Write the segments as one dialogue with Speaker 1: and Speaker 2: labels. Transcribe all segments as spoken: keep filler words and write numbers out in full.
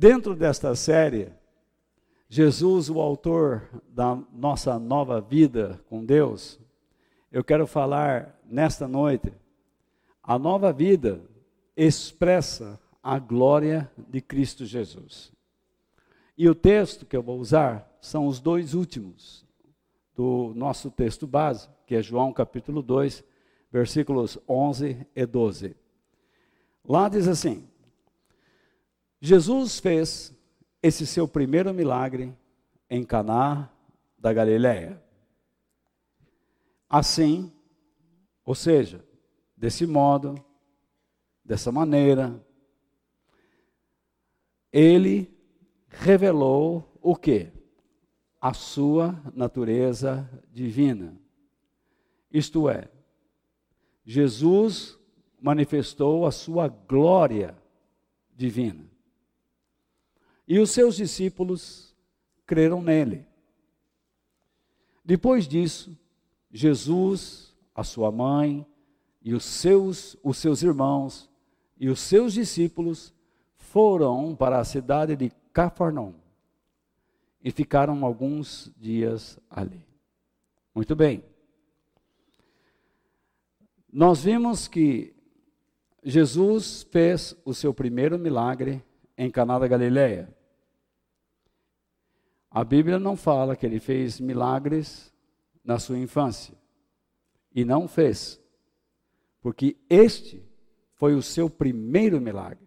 Speaker 1: Dentro desta série, Jesus, o autor da nossa nova vida com Deus, eu quero falar nesta noite, a nova vida expressa a glória de Cristo Jesus. E o texto que eu vou usar são os dois últimos do nosso texto base, que é João capítulo dois, versículos onze e doze. Lá diz assim: Jesus fez esse seu primeiro milagre em Caná da Galileia. Assim, ou seja, desse modo, dessa maneira, ele revelou o quê? A sua natureza divina. Isto é, Jesus manifestou a sua glória divina. E os seus discípulos creram nele. Depois disso, Jesus, a sua mãe e os seus, os seus irmãos e os seus discípulos foram para a cidade de Cafarnaum e ficaram alguns dias ali. Muito bem. Nós vimos que Jesus fez o seu primeiro milagre em Caná da Galileia. A Bíblia não fala que ele fez milagres na sua infância. E não fez. Porque este foi o seu primeiro milagre.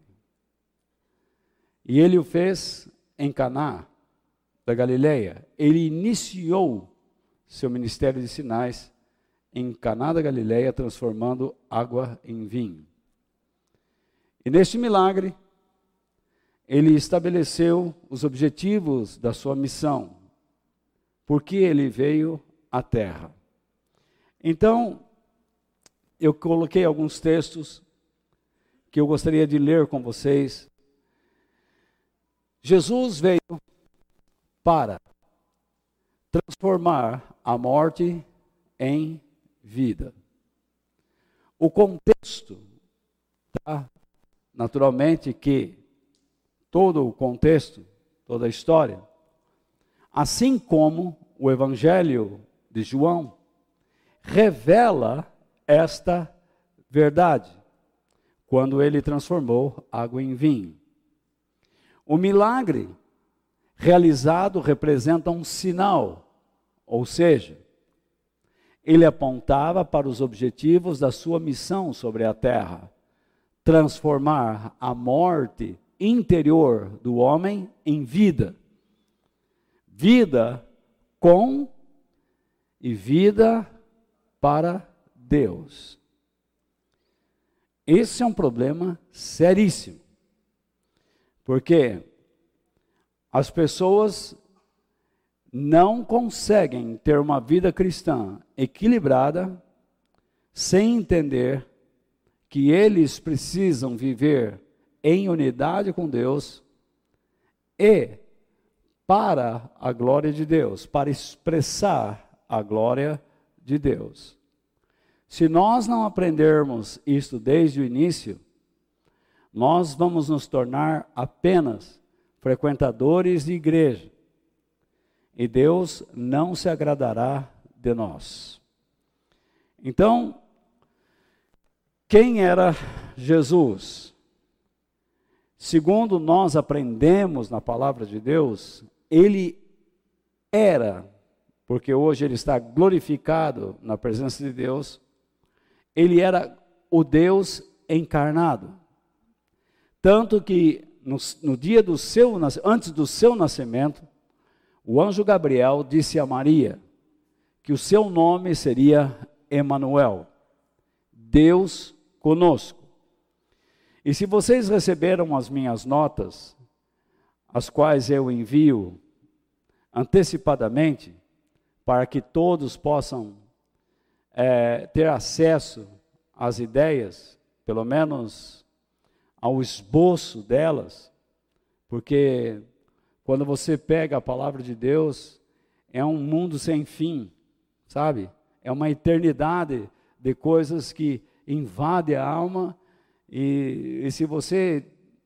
Speaker 1: E ele o fez em Caná da Galileia. Ele iniciou seu ministério de sinais em Caná da Galileia, transformando água em vinho. E neste milagre, ele estabeleceu os objetivos da sua missão, porque ele veio à terra. Então, eu coloquei alguns textos que eu gostaria de ler com vocês. Jesus veio para transformar a morte em vida. O contexto está, naturalmente, que todo o contexto, toda a história, assim como o Evangelho de João, revela esta verdade, quando ele transformou água em vinho. O milagre realizado representa um sinal, ou seja, ele apontava para os objetivos da sua missão sobre a terra, transformar a morte interior do homem em vida. Vida com e vida para Deus. Esse é um problema seríssimo. Porque as pessoas não conseguem ter uma vida cristã equilibrada sem entender que eles precisam viver em unidade com Deus e para a glória de Deus, para expressar a glória de Deus. Se nós não aprendermos isto desde o início, nós vamos nos tornar apenas frequentadores de igreja e Deus não se agradará de nós. Então, quem era Jesus? Segundo nós aprendemos na palavra de Deus, ele era, porque hoje ele está glorificado na presença de Deus, ele era o Deus encarnado. Tanto que no, no dia do seu, antes do seu nascimento, o anjo Gabriel disse a Maria que o seu nome seria Emanuel, Deus conosco. E se vocês receberam as minhas notas, as quais eu envio antecipadamente, para que todos possam é, ter acesso às ideias, pelo menos ao esboço delas, porque quando você pega a palavra de Deus, é um mundo sem fim, sabe? É uma eternidade de coisas que invadem a alma, e, e se você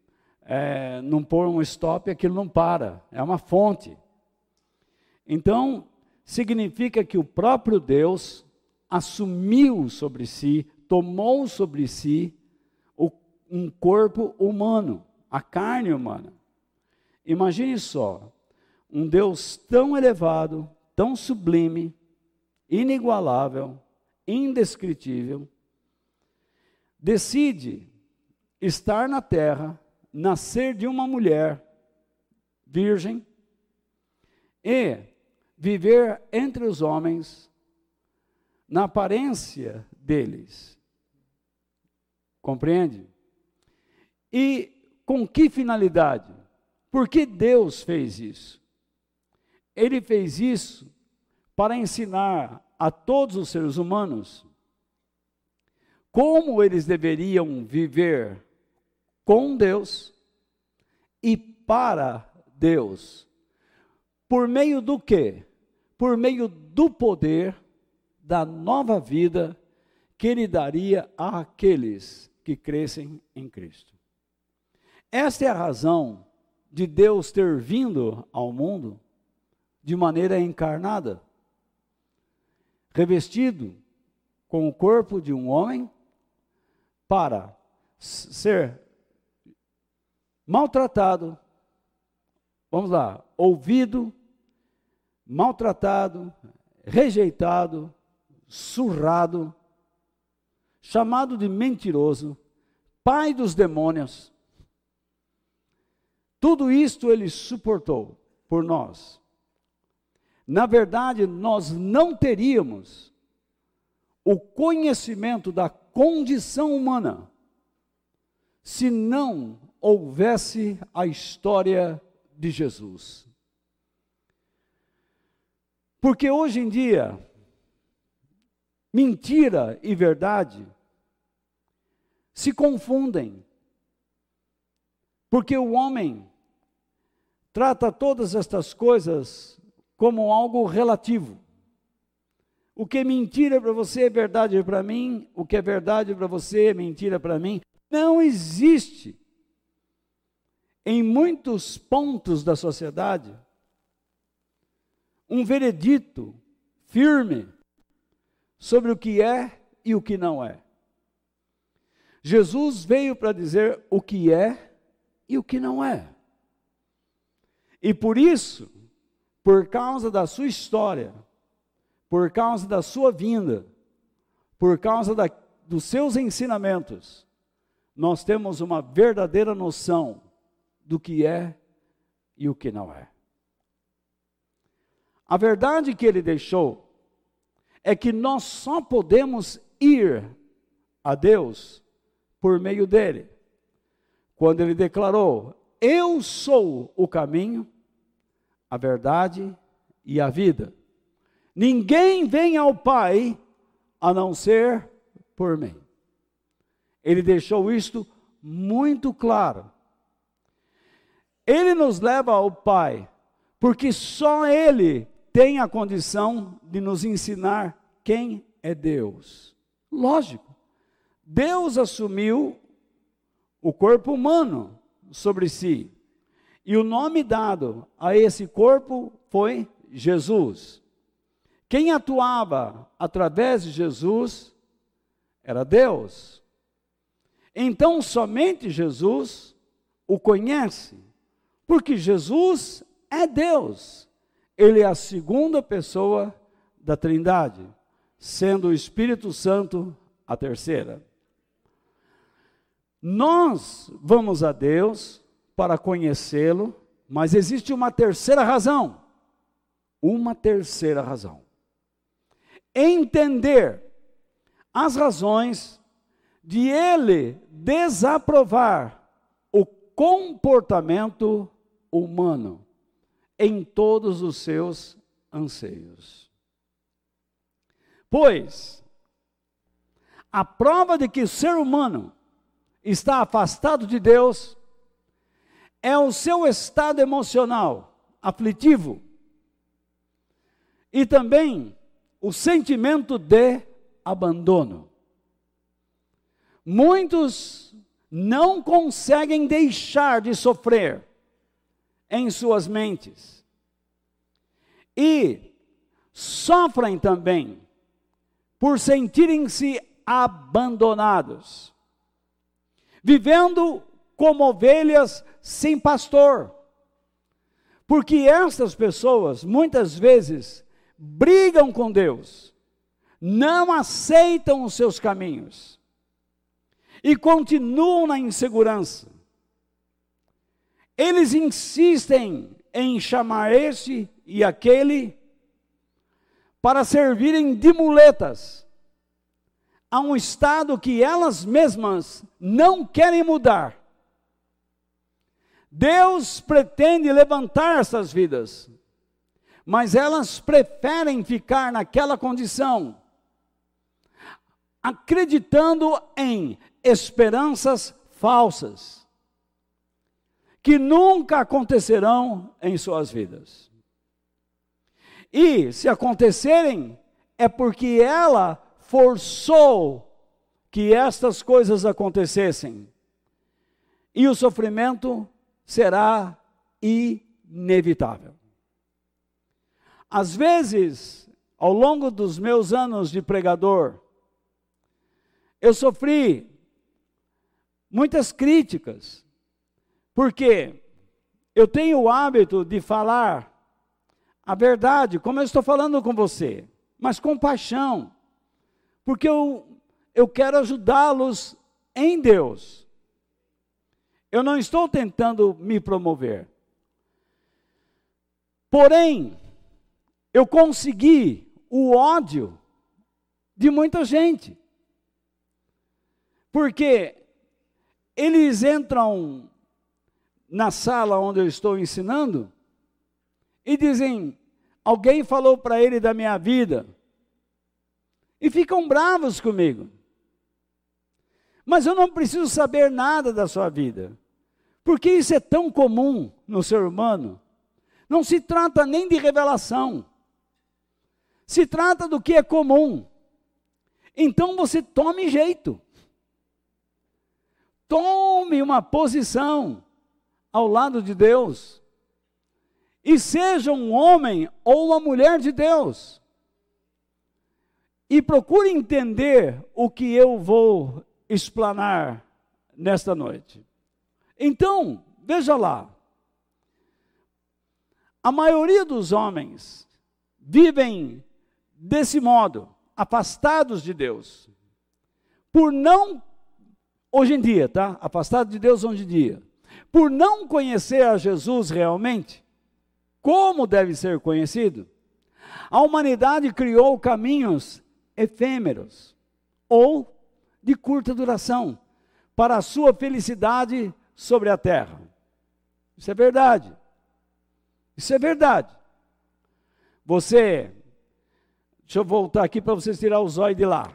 Speaker 1: é, não pôr um stop, aquilo não para, é uma fonte. Então, significa que o próprio Deus assumiu sobre si, tomou sobre si o, um corpo humano, a carne humana. Imagine só, um Deus tão elevado, tão sublime, inigualável, indescritível, decide estar na terra, nascer de uma mulher virgem e viver entre os homens na aparência deles. Compreende? E com que finalidade? Por que Deus fez isso? Ele fez isso para ensinar a todos os seres humanos como eles deveriam viver com Deus e para Deus. Por meio do quê? Por meio do poder da nova vida que Ele daria àqueles que crescem em Cristo. Esta é a razão de Deus ter vindo ao mundo de maneira encarnada, revestido com o corpo de um homem, para ser maltratado, vamos lá, ouvido, maltratado, rejeitado, surrado, chamado de mentiroso, pai dos demônios. Tudo isto ele suportou por nós. Na verdade, nós não teríamos o conhecimento da condição humana se não houvesse a história de Jesus. Porque hoje em dia, mentira e verdade se confundem. Porque o homem trata todas estas coisas como algo relativo. O que é mentira para você é verdade para mim, o que é verdade para você é mentira para mim. Não existe, em muitos pontos da sociedade, um veredito firme sobre o que é e o que não é. Jesus veio para dizer o que é e o que não é. E por isso, por causa da sua história, por causa da sua vinda, por causa da, dos seus ensinamentos, nós temos uma verdadeira noção do que é e o que não é. A verdade que ele deixou é que nós só podemos ir a Deus por meio dele. Quando ele declarou: eu sou o caminho, a verdade e a vida. Ninguém vem ao Pai a não ser por mim. Ele deixou isto muito claro. Ele nos leva ao Pai, porque só Ele tem a condição de nos ensinar quem é Deus. Lógico, Deus assumiu o corpo humano sobre si, e o nome dado a esse corpo foi Jesus. Quem atuava através de Jesus era Deus. Então, somente Jesus o conhece, porque Jesus é Deus. Ele é a segunda pessoa da Trindade, sendo o Espírito Santo a terceira. Nós vamos a Deus para conhecê-lo, mas existe uma terceira razão. Uma terceira razão. Entender as razões de ele desaprovar o comportamento humano em todos os seus anseios. Pois, a prova de que o ser humano está afastado de Deus é o seu estado emocional aflitivo e também o sentimento de abandono. Muitos não conseguem deixar de sofrer em suas mentes. E sofrem também por sentirem-se abandonados, vivendo como ovelhas sem pastor. Porque estas pessoas, muitas vezes, brigam com Deus, não aceitam os seus caminhos e continuam na insegurança. Eles insistem em chamar este e aquele para servirem de muletas a um estado que elas mesmas não querem mudar. Deus pretende levantar essas vidas, mas elas preferem ficar naquela condição, acreditando em esperanças falsas, que nunca acontecerão em suas vidas. E, se acontecerem, é porque ela forçou que estas coisas acontecessem. E o sofrimento será inevitável. Às vezes, ao longo dos meus anos de pregador, eu sofri muitas críticas, porque eu tenho o hábito de falar a verdade, como eu estou falando com você, mas com paixão, porque eu, eu quero ajudá-los em Deus. Eu não estou tentando me promover. Porém, eu consegui o ódio de muita gente. Porque eles entram na sala onde eu estou ensinando e dizem, alguém falou para ele da minha vida. E ficam bravos comigo. Mas eu não preciso saber nada da sua vida. Porque isso é tão comum no ser humano. Não se trata nem de revelação. Se trata do que é comum. Então você tome jeito. Tome uma posição ao lado de Deus. E seja um homem ou uma mulher de Deus. E procure entender o que eu vou explanar nesta noite. Então, veja lá. A maioria dos homens vivem desse modo, afastados de Deus. Por não, hoje em dia, tá? Afastados de Deus hoje em dia. Por não conhecer a Jesus realmente, como deve ser conhecido, a humanidade criou caminhos efêmeros ou de curta duração para a sua felicidade sobre a terra. Isso é verdade. Isso é verdade. Você, deixa eu voltar aqui para vocês tirar o zóio de lá.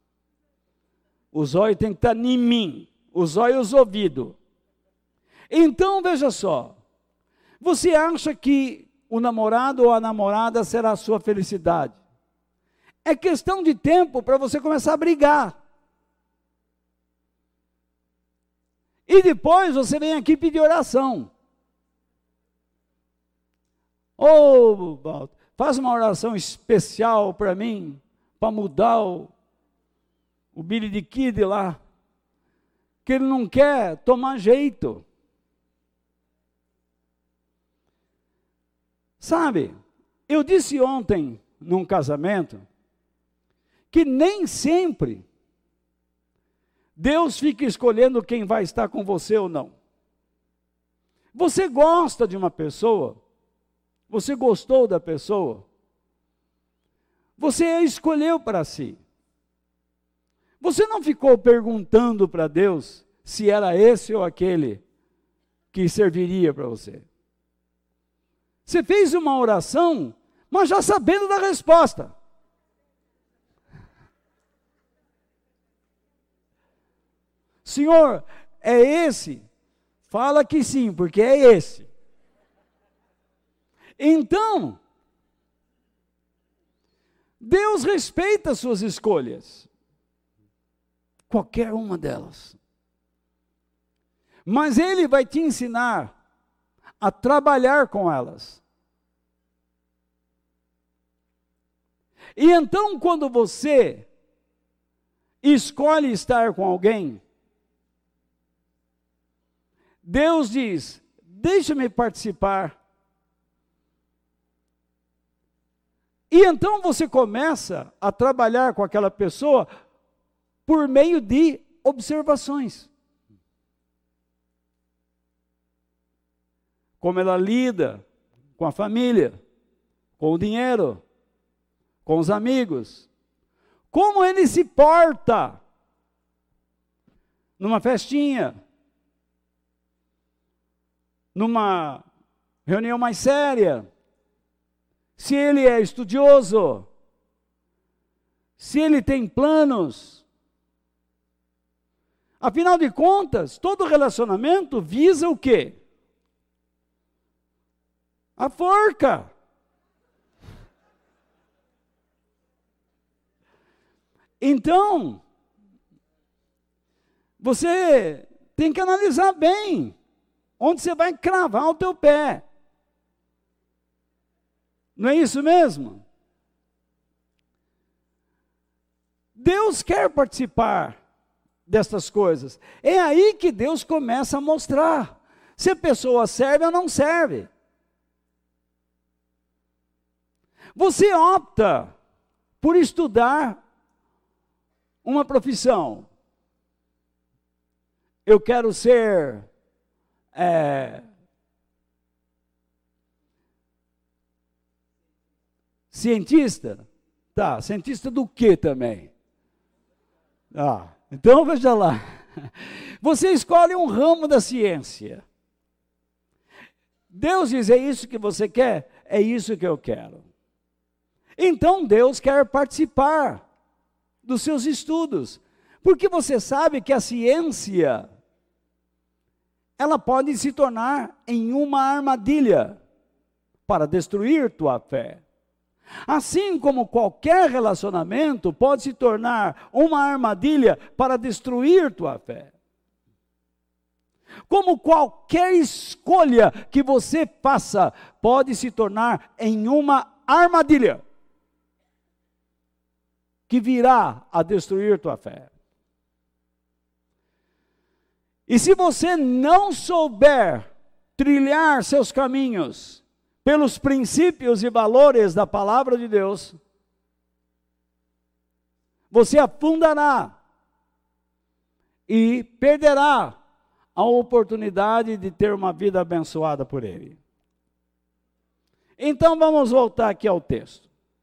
Speaker 1: O zóio tem que estar em mim. O zóio e os ouvidos. Então, veja só. Você acha que o namorado ou a namorada será a sua felicidade? É questão de tempo para você começar a brigar. E depois você vem aqui pedir oração. Ô, oh, faz uma oração especial para mim, para mudar o, o Billy de Kid lá, que ele não quer tomar jeito. Sabe, eu disse ontem, num casamento, que nem sempre Deus fica escolhendo quem vai estar com você ou não. Você gosta de uma pessoa, você gostou da pessoa, você a escolheu para si. Você não ficou perguntando para Deus se era esse ou aquele que serviria para você. Você fez uma oração, mas já sabendo da resposta. Senhor, é esse? Fala que sim, porque é esse. Então, Deus respeita as suas escolhas. Qualquer uma delas. Mas Ele vai te ensinar a trabalhar com elas. E então, quando você escolhe estar com alguém, Deus diz: deixa-me participar. E então você começa a trabalhar com aquela pessoa por meio de observações. Como ela lida com a família, com o dinheiro, com os amigos. Como ele se porta numa festinha, numa reunião mais séria. Se ele é estudioso, se ele tem planos. Afinal de contas, todo relacionamento visa o quê? A forca. Então, você tem que analisar bem onde você vai cravar o teu pé. Não é isso mesmo? Deus quer participar destas coisas. É aí que Deus começa a mostrar se a pessoa serve ou não serve. Você opta por estudar uma profissão. Eu quero ser é, cientista. Tá, cientista do que também? Ah, então veja lá. Você escolhe um ramo da ciência. Deus diz: é isso que você quer? É isso que eu quero. Então Deus quer participar dos seus estudos, porque você sabe que a ciência, ela pode se tornar em uma armadilha para destruir tua fé. Assim como qualquer relacionamento pode se tornar uma armadilha para destruir tua fé. Como qualquer escolha que você faça pode se tornar em uma armadilha que virá a destruir tua fé. E se você não souber trilhar seus caminhos pelos princípios e valores da palavra de Deus, você afundará e perderá a oportunidade de ter uma vida abençoada por Ele. Então vamos voltar aqui ao texto.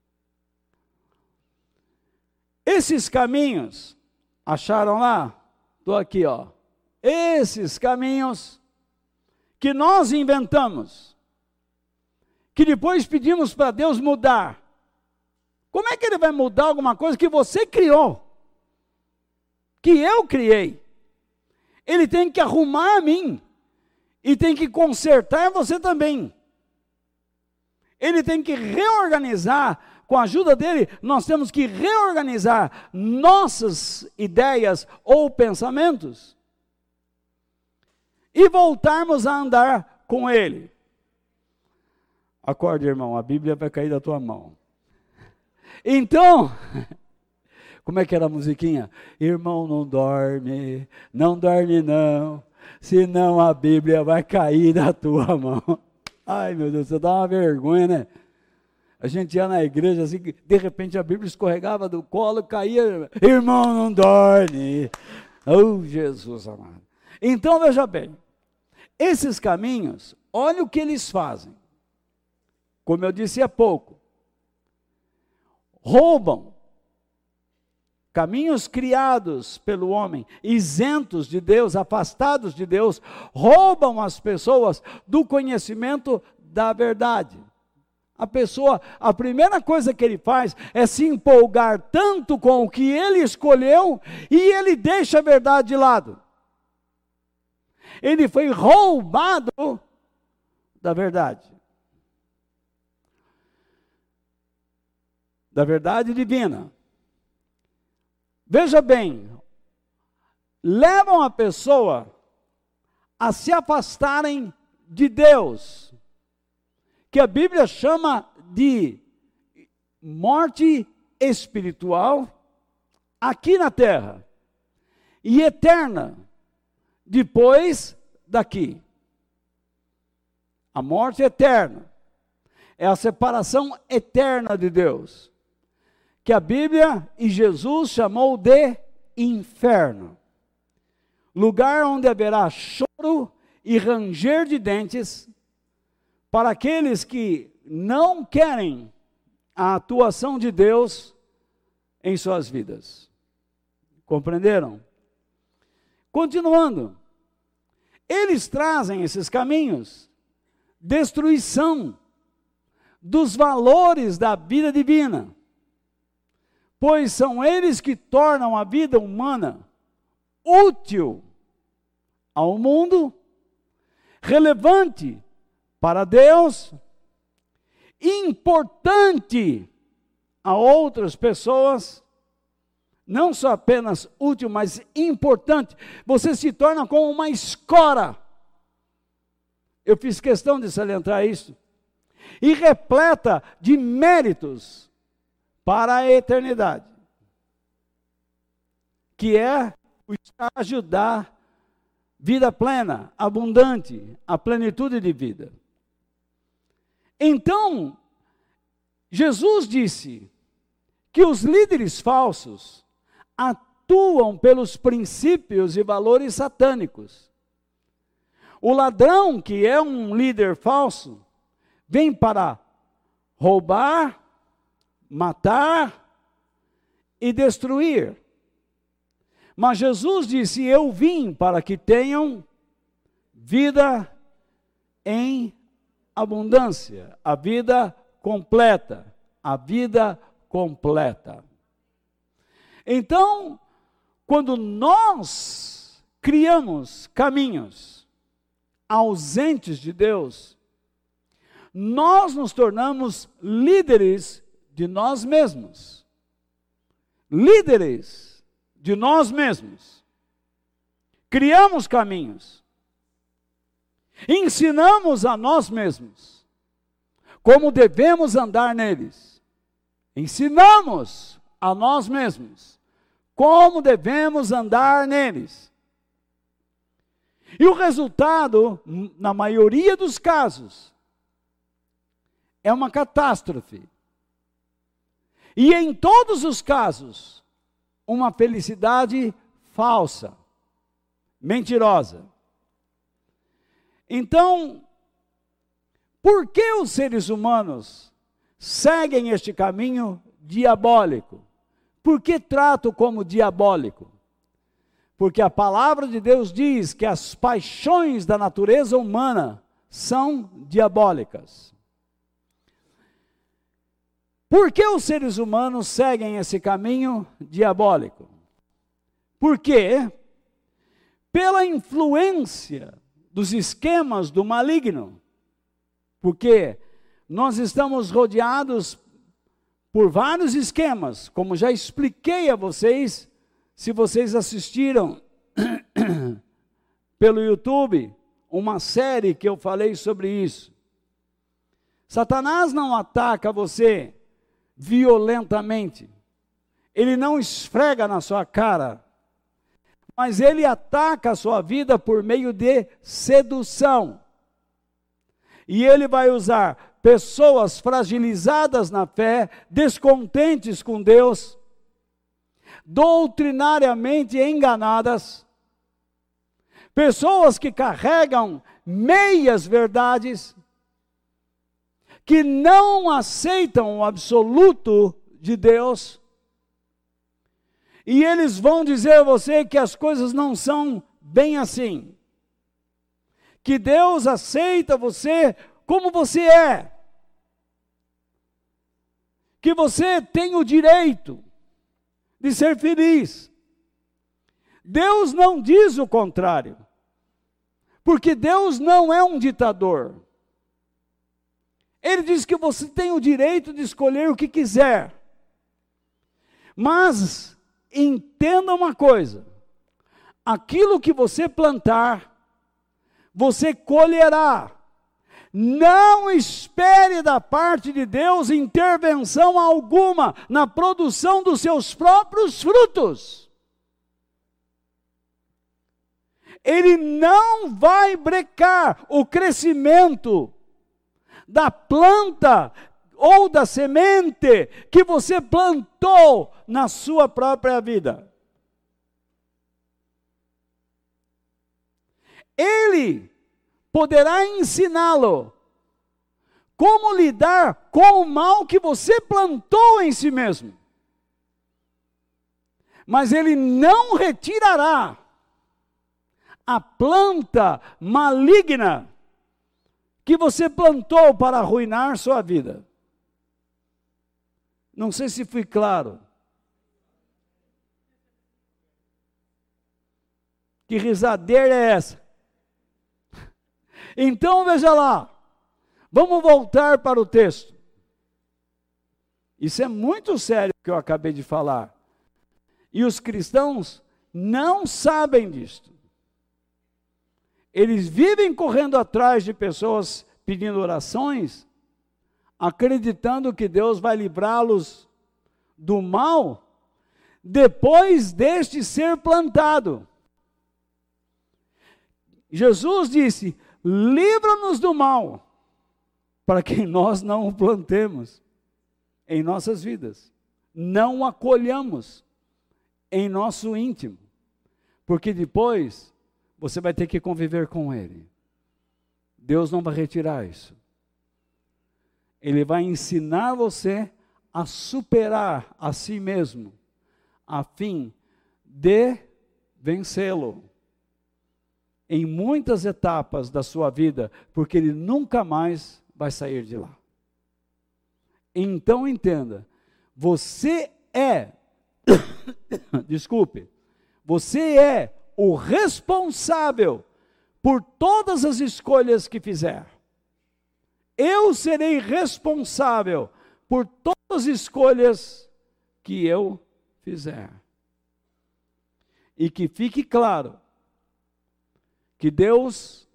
Speaker 1: Esses caminhos, acharam lá? Estou aqui, ó. Esses caminhos que nós inventamos, que depois pedimos para Deus mudar. Como é que Ele vai mudar alguma coisa que você criou? Que eu criei? Ele tem que arrumar a mim e tem que consertar você também. Ele tem que reorganizar. Com a ajuda dele, nós temos que reorganizar nossas ideias ou pensamentos e voltarmos a andar com Ele. Acorde, irmão, a Bíblia vai cair da tua mão. Então, como é que era a musiquinha? Irmão, não dorme, não dorme não, senão a Bíblia vai cair da tua mão. Ai, meu Deus, você dá uma vergonha, né? A gente ia na igreja assim, de repente a Bíblia escorregava do colo, caía, irmão, não dorme. Oh, Jesus amado. Então, veja bem, esses caminhos, olha o que eles fazem. Como eu disse há pouco, roubam caminhos criados pelo homem, isentos de Deus, afastados de Deus, roubam as pessoas do conhecimento da verdade. A pessoa, a primeira coisa que ele faz é se empolgar tanto com o que ele escolheu e ele deixa a verdade de lado. Ele foi roubado da verdade. Da verdade divina. Veja bem, levam a pessoa a se afastarem de Deus, que a Bíblia chama de morte espiritual aqui na terra e eterna depois daqui. A morte eterna é a separação eterna de Deus, que a Bíblia e Jesus chamou de inferno. Lugar onde haverá choro e ranger de dentes para aqueles que não querem a atuação de Deus em suas vidas. Compreenderam? Continuando, eles trazem esses caminhos, destruição dos valores da vida divina, pois são eles que tornam a vida humana útil ao mundo, relevante para Deus, importante a outras pessoas, não só apenas útil, mas importante. Você se torna como uma escora. Eu fiz questão de salientar isso. E repleta de méritos para a eternidade, que é o estágio da vida plena, abundante, a plenitude de vida. Então, Jesus disse que os líderes falsos atuam pelos princípios e valores satânicos. O ladrão, que é um líder falso, vem para roubar, matar e destruir. Mas Jesus disse: eu vim para que tenham vida em abundância, a vida completa, a vida completa. Então, quando nós criamos caminhos ausentes de Deus, nós nos tornamos líderes de nós mesmos. Líderes de nós mesmos. Criamos caminhos. Ensinamos a nós mesmos como devemos andar neles. Ensinamos a nós mesmos como devemos andar neles. E o resultado, na maioria dos casos, é uma catástrofe. E em todos os casos, uma felicidade falsa, mentirosa. Então, por que os seres humanos seguem este caminho diabólico? Por que trato como diabólico? Porque a palavra de Deus diz que as paixões da natureza humana são diabólicas. Por que os seres humanos seguem esse caminho diabólico? Porque, pela influência dos esquemas do maligno, porque nós estamos rodeados por vários esquemas, como já expliquei a vocês, se vocês assistiram pelo YouTube, uma série que eu falei sobre isso. Satanás não ataca você violentamente, ele não esfrega na sua cara, mas ele ataca a sua vida por meio de sedução. E ele vai usar pessoas fragilizadas na fé, descontentes com Deus, doutrinariamente enganadas, pessoas que carregam meias verdades, que não aceitam o absoluto de Deus, e eles vão dizer a você que as coisas não são bem assim, que Deus aceita você como você é, que você tem o direito de ser feliz. Deus não diz o contrário, porque Deus não é um ditador. Ele diz que você tem o direito de escolher o que quiser. Mas entenda uma coisa: aquilo que você plantar você colherá. Não espere da parte de Deus intervenção alguma na produção dos seus próprios frutos. Ele não vai brecar o crescimento da planta ou da semente que você plantou na sua própria vida. Ele poderá ensiná-lo como lidar com o mal que você plantou em si mesmo. Mas ele não retirará a planta maligna que você plantou para arruinar sua vida. Não sei se fui claro. Que risadeira é essa? Então veja lá, vamos voltar para o texto. Isso é muito sério o que eu acabei de falar. E os cristãos não sabem disto. Eles vivem correndo atrás de pessoas pedindo orações, acreditando que Deus vai livrá-los do mal, depois deste ser plantado. Jesus disse: livra-nos do mal, para que nós não o plantemos em nossas vidas, não o acolhamos em nosso íntimo, porque depois você vai ter que conviver com ele. Deus não vai retirar isso. Ele vai ensinar você a superar a si mesmo, a fim de vencê-lo em muitas etapas da sua vida, porque ele nunca mais vai sair de lá. Então entenda, você é, desculpe, você é o responsável por todas as escolhas que fizer. Eu serei responsável por todas as escolhas que eu fizer. E que fique claro que Deus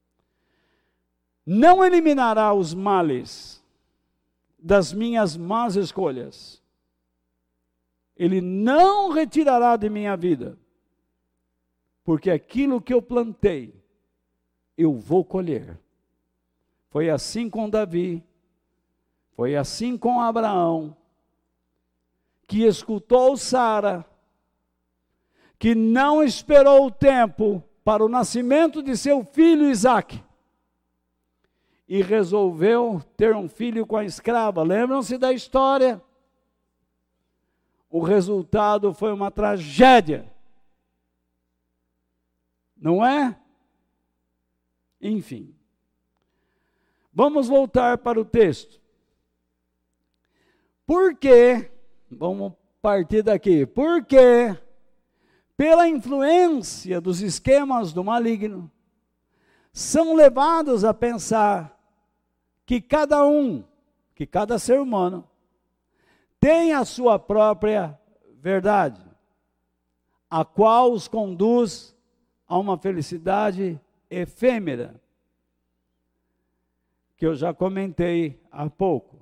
Speaker 1: não eliminará os males das minhas más escolhas. Ele não retirará de minha vida, porque aquilo que eu plantei, eu vou colher. Foi assim com Davi, foi assim com Abraão, que escutou Sara, que não esperou o tempo para o nascimento de seu filho Isaque, e resolveu ter um filho com a escrava. Lembram-se da história? O resultado foi uma tragédia. Não é? Enfim. Vamos voltar para o texto. Por quê? Vamos partir daqui. Porque, pela influência dos esquemas do maligno, são levados a pensar que cada um, que cada ser humano, tem a sua própria verdade, a qual os conduz a uma felicidade efêmera, que eu já comentei há pouco.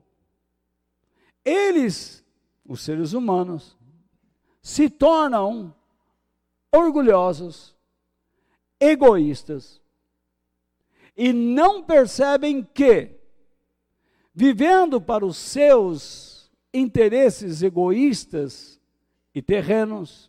Speaker 1: Eles, os seres humanos, se tornam orgulhosos, egoístas, e não percebem que, vivendo para os seus interesses egoístas e terrenos,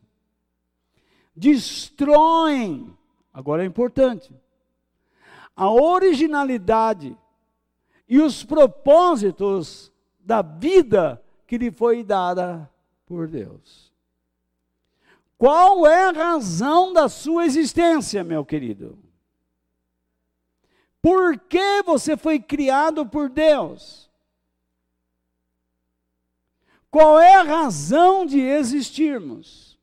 Speaker 1: destroem, agora é importante, a originalidade e os propósitos da vida que lhe foi dada por Deus. Qual é a razão da sua existência, meu querido? Por que você foi criado por Deus? Qual é a razão de existirmos?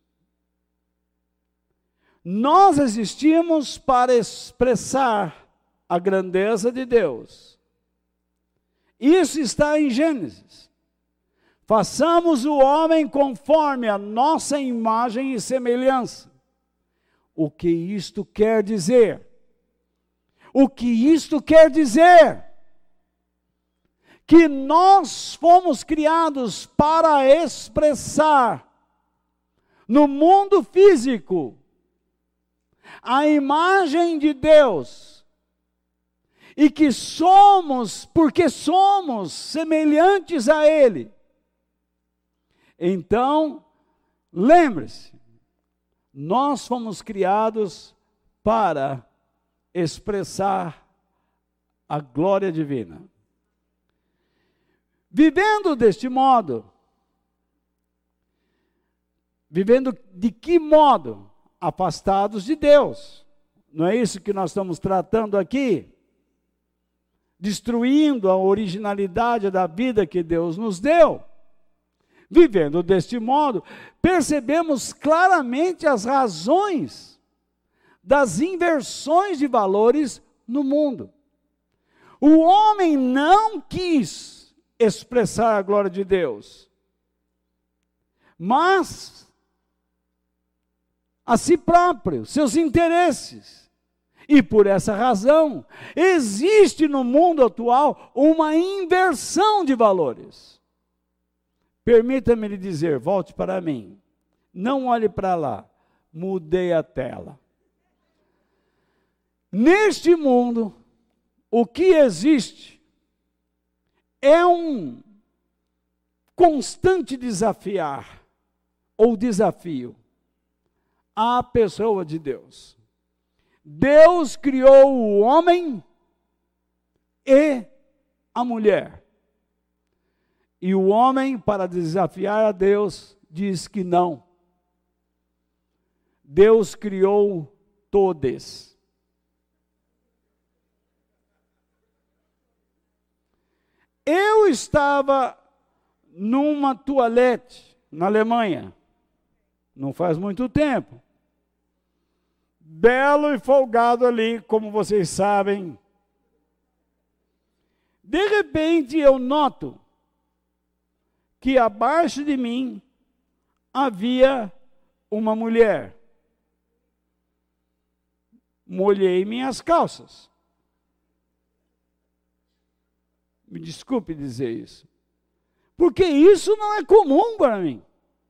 Speaker 1: Nós existimos para expressar a grandeza de Deus. Isso está em Gênesis. Façamos o homem conforme a nossa imagem e semelhança. O que isto quer dizer? O que isto quer dizer? Que nós fomos criados para expressar no mundo físico a imagem de Deus, e que somos, porque somos semelhantes a Ele. Então, lembre-se, nós fomos criados para expressar a glória divina. Vivendo deste modo, vivendo de que modo? Afastados de Deus. Não é isso que nós estamos tratando aqui? Destruindo a originalidade da vida que Deus nos deu. Vivendo deste modo, percebemos claramente as razões das inversões de valores no mundo. O homem não quis expressar a glória de Deus, mas a si próprio, seus interesses. E por essa razão, existe no mundo atual uma inversão de valores. Permita-me lhe dizer, volte para mim. Não olhe para lá. Mudei a tela. Neste mundo, o que existe é um constante desafiar, ou desafio, à pessoa de Deus. Deus criou o homem e a mulher. E o homem, para desafiar a Deus, diz que não. Deus criou todos. Eu estava numa toalete na Alemanha, não faz muito tempo. Belo e folgado ali, como vocês sabem. De repente eu noto que abaixo de mim havia uma mulher. Molhei minhas calças. Me desculpe dizer isso. Porque isso não é comum para mim.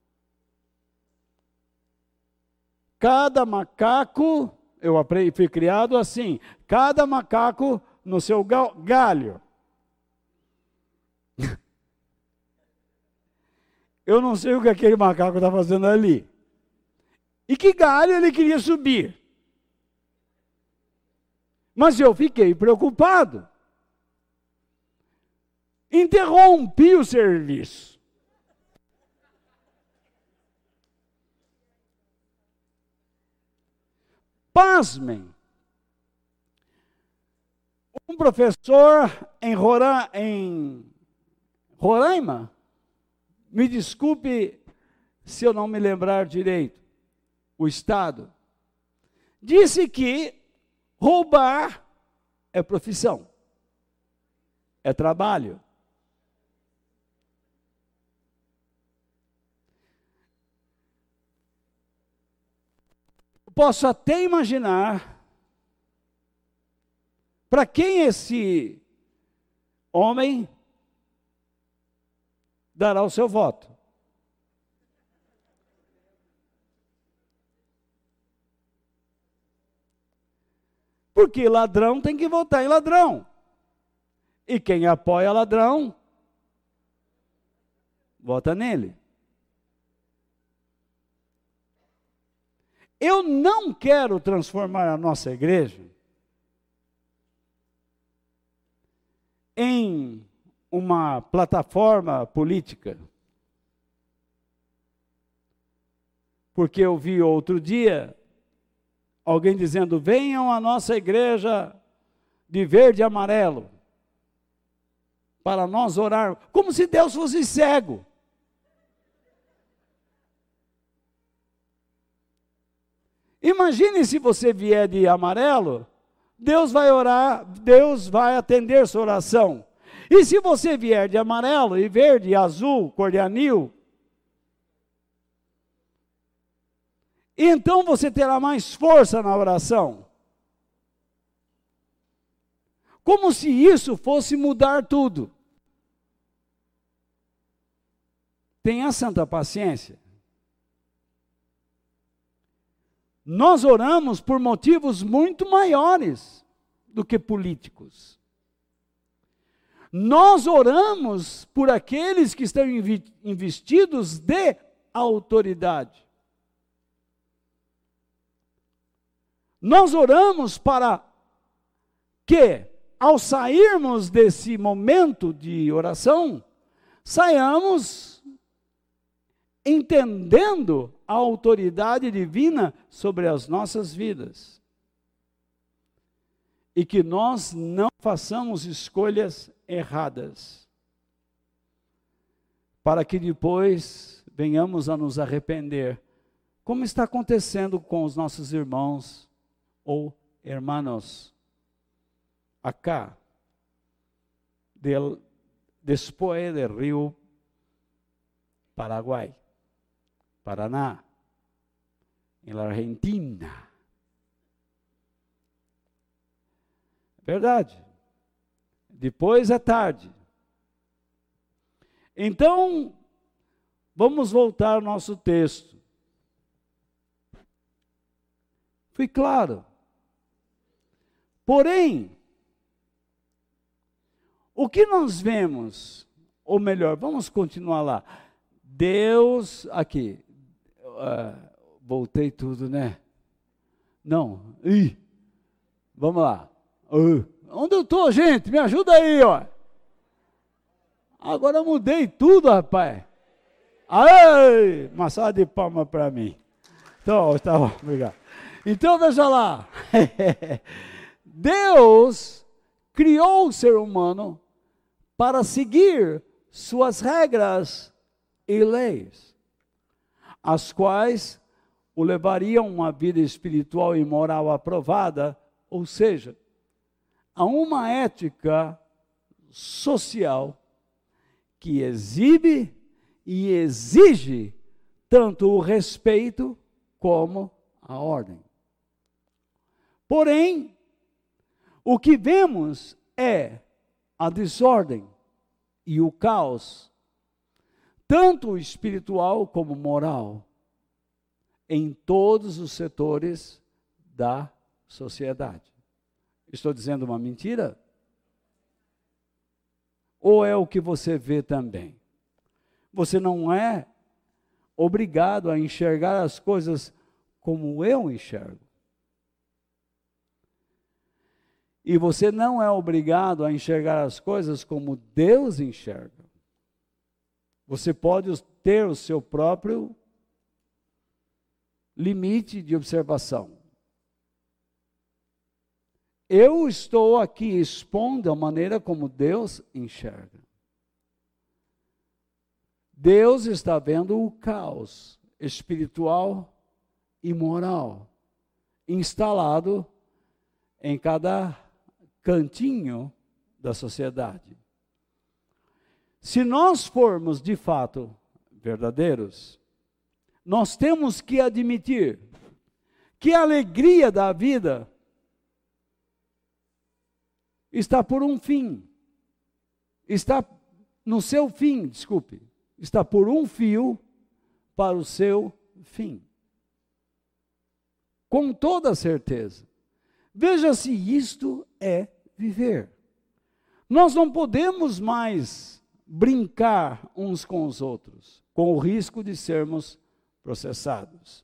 Speaker 1: Cada macaco, eu aprendi, fui criado assim, cada macaco no seu galho. Eu não sei o que aquele macaco está fazendo ali. E que galho ele queria subir. Mas eu fiquei preocupado. Interrompi o serviço. Pasmem. Um professor em, Rora, em Roraima, me desculpe se eu não me lembrar direito, o Estado, disse que roubar é profissão, é trabalho. Posso até imaginar para quem esse homem dará o seu voto. Porque ladrão tem que votar em ladrão. E quem apoia ladrão, vota nele. Eu não quero transformar a nossa igreja em uma plataforma política. Porque eu vi outro dia alguém dizendo: venham à nossa igreja de verde e amarelo para nós orar, como se Deus fosse cego. Imagine se você vier de amarelo, Deus vai orar, Deus vai atender sua oração. E se você vier de amarelo e verde, e azul, cor de anil, então você terá mais força na oração. Como se isso fosse mudar tudo. Tenha santa paciência. Nós oramos por motivos muito maiores do que políticos. Nós oramos por aqueles que estão investidos de autoridade. Nós oramos para que, ao sairmos desse momento de oração, saiamos entendendo a autoridade divina sobre as nossas vidas. E que nós não façamos escolhas erradas, para que depois venhamos a nos arrepender, como está acontecendo com os nossos irmãos ou hermanos acá, del, después del río Paraguai, Paraná, em la Argentina. Verdade. Depois é tarde. Então, vamos voltar ao nosso texto. Fui claro. Porém, o que nós vemos, ou melhor, vamos continuar lá. Deus, aqui, uh, voltei tudo, né? Não, ih, vamos lá. Uh, onde eu estou, gente? Me ajuda aí, ó. Agora eu mudei tudo, rapaz. Ai, uma salva de palmas para mim. Então, tá bom, obrigado. Então, veja lá. Deus criou o ser humano para seguir suas regras e leis, as quais o levariam a uma vida espiritual e moral aprovada, ou seja, a uma ética social que exibe e exige tanto o respeito como a ordem. Porém, o que vemos é a desordem e o caos, tanto espiritual como moral, em todos os setores da sociedade. Estou dizendo uma mentira? Ou é o que você vê também? Você não é obrigado a enxergar as coisas como eu enxergo. E você não é obrigado a enxergar as coisas como Deus enxerga. Você pode ter o seu próprio limite de observação. Eu estou aqui expondo a maneira como Deus enxerga. Deus está vendo o caos espiritual e moral instalado em cada cantinho da sociedade. Se nós formos de fato verdadeiros, nós temos que admitir que a alegria da vida está por um fim, está no seu fim, desculpe, está por um fio para o seu fim. Com toda certeza. Veja se isto é viver. Nós não podemos mais brincar uns com os outros, com o risco de sermos processados.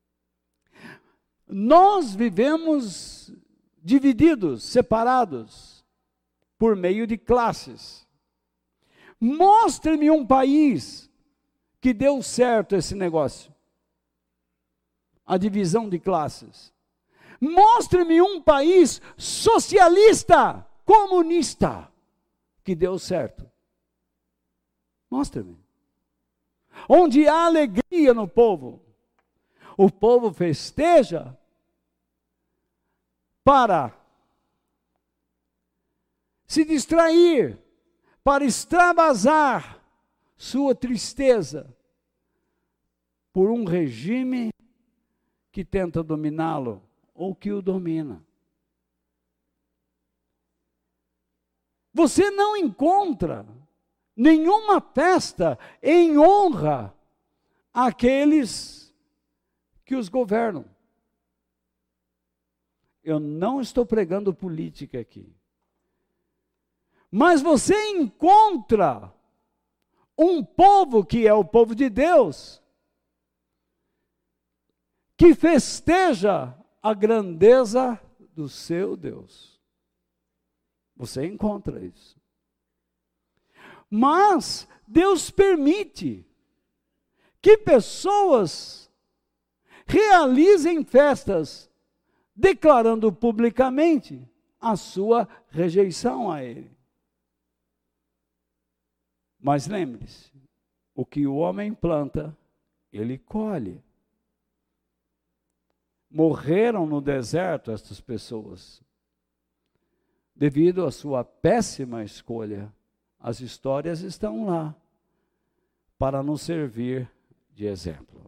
Speaker 1: Nós vivemos divididos, separados, por meio de classes. Mostre-me um país que deu certo esse negócio, a divisão de classes. Mostre-me um país socialista, comunista, que deu certo. Mostre-me. Onde há alegria no povo, o povo festeja para se distrair, para extravasar sua tristeza por um regime que tenta dominá-lo ou que o domina. Você não encontra nenhuma festa em honra àqueles que os governam. Eu não estou pregando política aqui. Mas você encontra um povo que é o povo de Deus, que festeja a grandeza do seu Deus. Você encontra isso. Mas Deus permite que pessoas realizem festas, declarando publicamente a sua rejeição a Ele. Mas lembre-se, o que o homem planta, ele colhe. Morreram no deserto estas pessoas, devido à sua péssima escolha. As histórias estão lá, para nos servir de exemplo.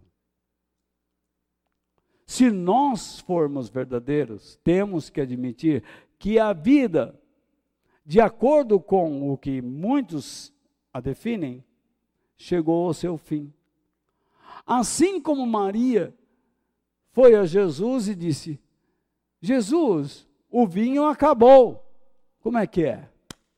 Speaker 1: Se nós formos verdadeiros, temos que admitir que a vida, de acordo com o que muitos a definem, chegou ao seu fim. Assim como Maria foi a Jesus e disse: Jesus, o vinho acabou. Como é que é?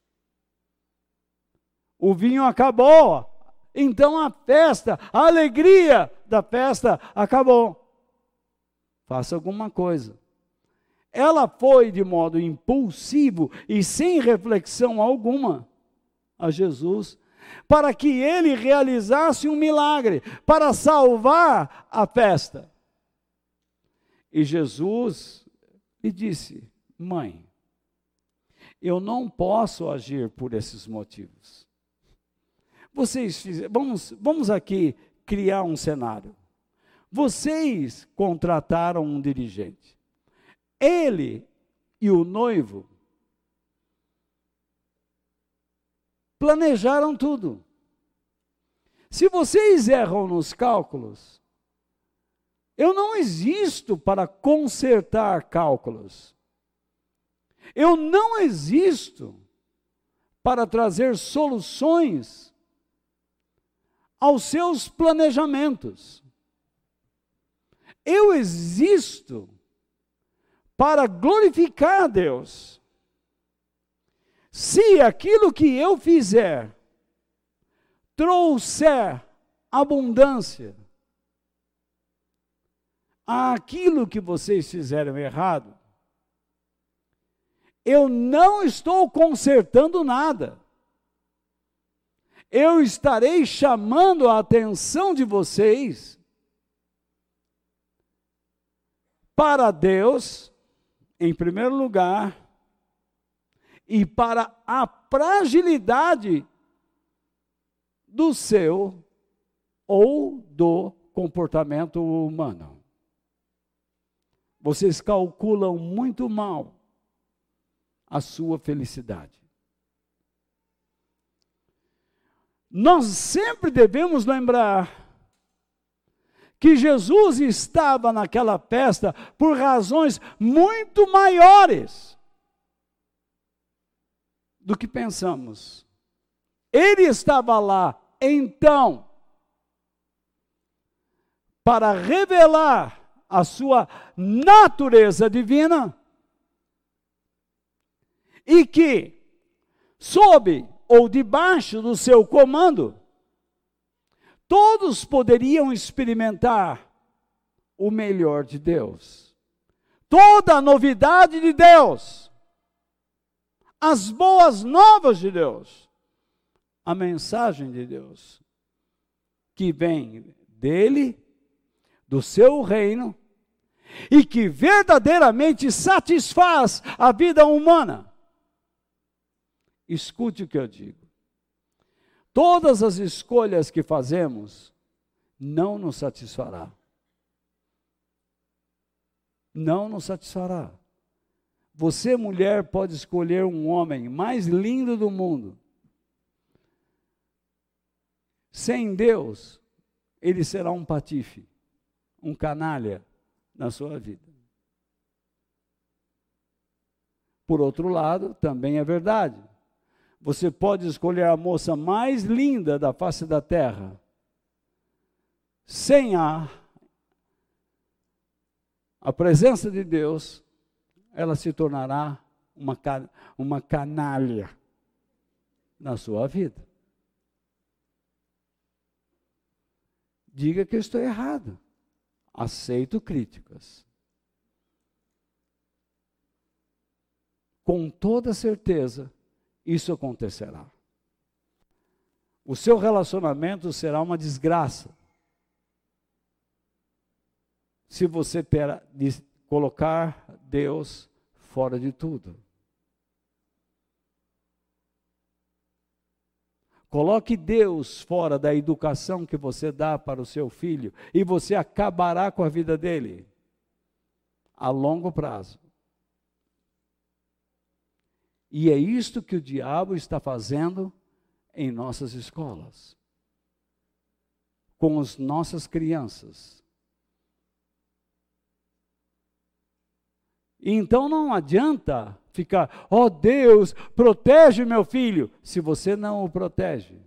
Speaker 1: O vinho acabou, então a festa, a alegria da festa acabou. Faça alguma coisa. Ela foi de modo impulsivo e sem reflexão alguma a Jesus, para que ele realizasse um milagre, para salvar a festa. E Jesus lhe disse: mãe, eu não posso agir por esses motivos. Vocês fizeram, vamos, vamos aqui criar um cenário. Vocês contrataram um dirigente. Ele e o noivo planejaram tudo. Se vocês erram nos cálculos, eu não existo para consertar cálculos. Eu não existo para trazer soluções aos seus planejamentos. Eu existo para glorificar a Deus. Se aquilo que eu fizer trouxer abundância àquilo que vocês fizeram errado, eu não estou consertando nada. Eu estarei chamando a atenção de vocês para Deus, em primeiro lugar, e para a fragilidade do seu ou do comportamento humano. Vocês calculam muito mal a sua felicidade. Nós sempre devemos lembrar que Jesus estava naquela festa por razões muito maiores do que pensamos. Ele estava lá, então, para revelar a sua natureza divina e que, sob ou debaixo do seu comando, todos poderiam experimentar o melhor de Deus, toda a novidade de Deus, as boas novas de Deus, a mensagem de Deus, que vem dele, do seu reino, e que verdadeiramente satisfaz a vida humana. Escute o que eu digo. Todas as escolhas que fazemos não nos satisfará. Não nos satisfará. Você, mulher, pode escolher um homem mais lindo do mundo. Sem Deus, ele será um patife, um canalha na sua vida. Por outro lado, também é verdade. Você pode escolher a moça mais linda da face da terra. Sem a, a presença de Deus, ela se tornará uma, uma canalha na sua vida. Diga que eu estou errado. Aceito críticas. Com toda certeza, isso acontecerá. O seu relacionamento será uma desgraça. Se você ter, de colocar Deus fora de tudo. Coloque Deus fora da educação que você dá para o seu filho e você acabará com a vida dele a longo prazo. E é isto que o diabo está fazendo em nossas escolas, com as nossas crianças. E então não adianta ficar, ó Deus, protege meu filho, se você não o protege.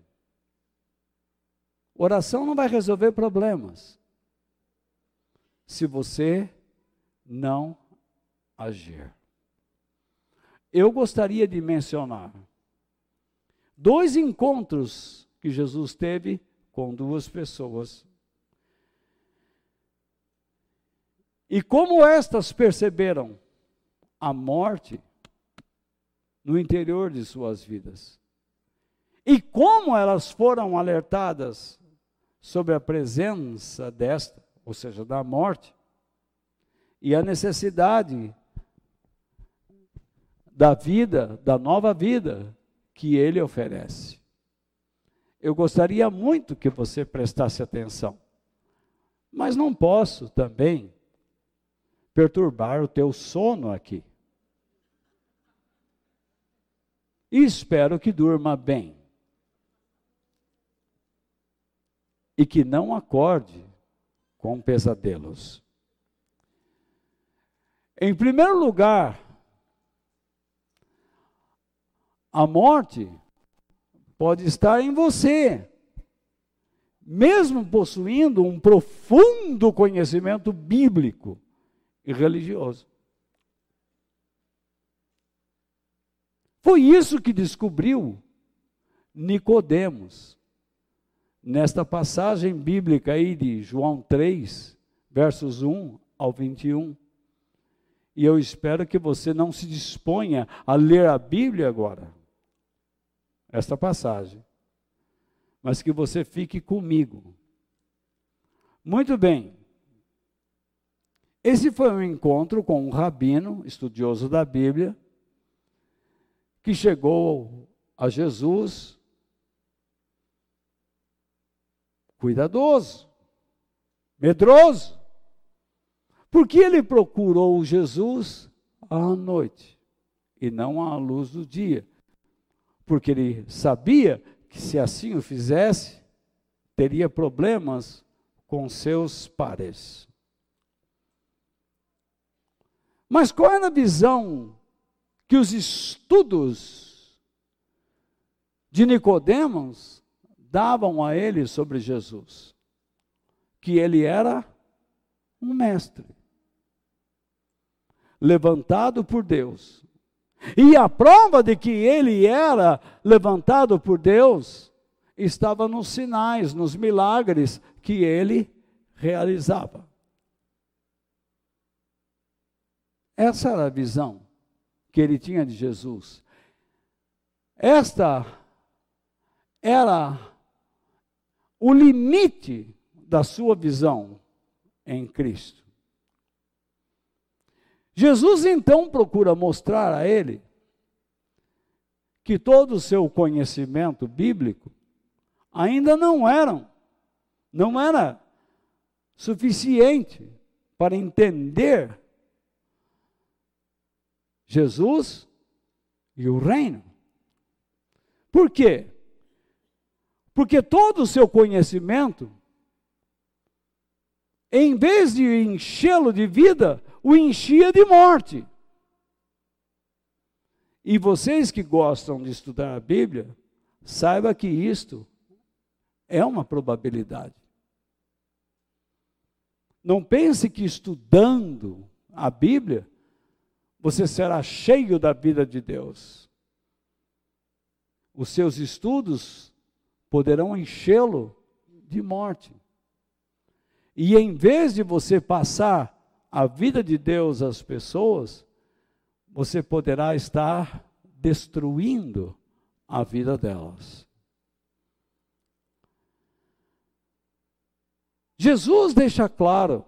Speaker 1: Oração não vai resolver problemas, se você não agir. Eu gostaria de mencionar dois encontros que Jesus teve com duas pessoas. E como estas perceberam a morte no interior de suas vidas. E como elas foram alertadas sobre a presença desta, ou seja, da morte, e a necessidade da vida, da nova vida que ele oferece. Eu gostaria muito que você prestasse atenção, mas não posso também perturbar o teu sono aqui. E espero que durma bem. E que não acorde com pesadelos. Em primeiro lugar, a morte pode estar em você, mesmo possuindo um profundo conhecimento bíblico e religioso. Foi isso que descobriu Nicodemos, nesta passagem bíblica aí de João três, versos um ao vinte e um. E eu espero que você não se disponha a ler a Bíblia agora, esta passagem, mas que você fique comigo. Muito bem. Esse foi um encontro com um rabino, estudioso da Bíblia, que chegou a Jesus cuidadoso, medroso, porque ele procurou Jesus à noite e não à luz do dia, porque ele sabia que se assim o fizesse, teria problemas com seus pares. Mas qual era a visão que os estudos de Nicodemos davam a ele sobre Jesus? Que ele era um mestre, levantado por Deus. E a prova de que ele era levantado por Deus estava nos sinais, nos milagres que ele realizava. Essa era a visão que ele tinha de Jesus. Esta era o limite da sua visão em Cristo. Jesus então procura mostrar a ele que todo o seu conhecimento bíblico ainda não era, não era suficiente para entender Jesus e o reino. Por quê? Porque todo o seu conhecimento, em vez de enchê-lo de vida, o enchia de morte. E vocês que gostam de estudar a Bíblia, saiba que isto é uma probabilidade. Não pense que estudando a Bíblia, você será cheio da vida de Deus. Os seus estudos poderão enchê-lo de morte. E em vez de você passar a vida de Deus às pessoas, você poderá estar destruindo a vida delas. Jesus deixa claro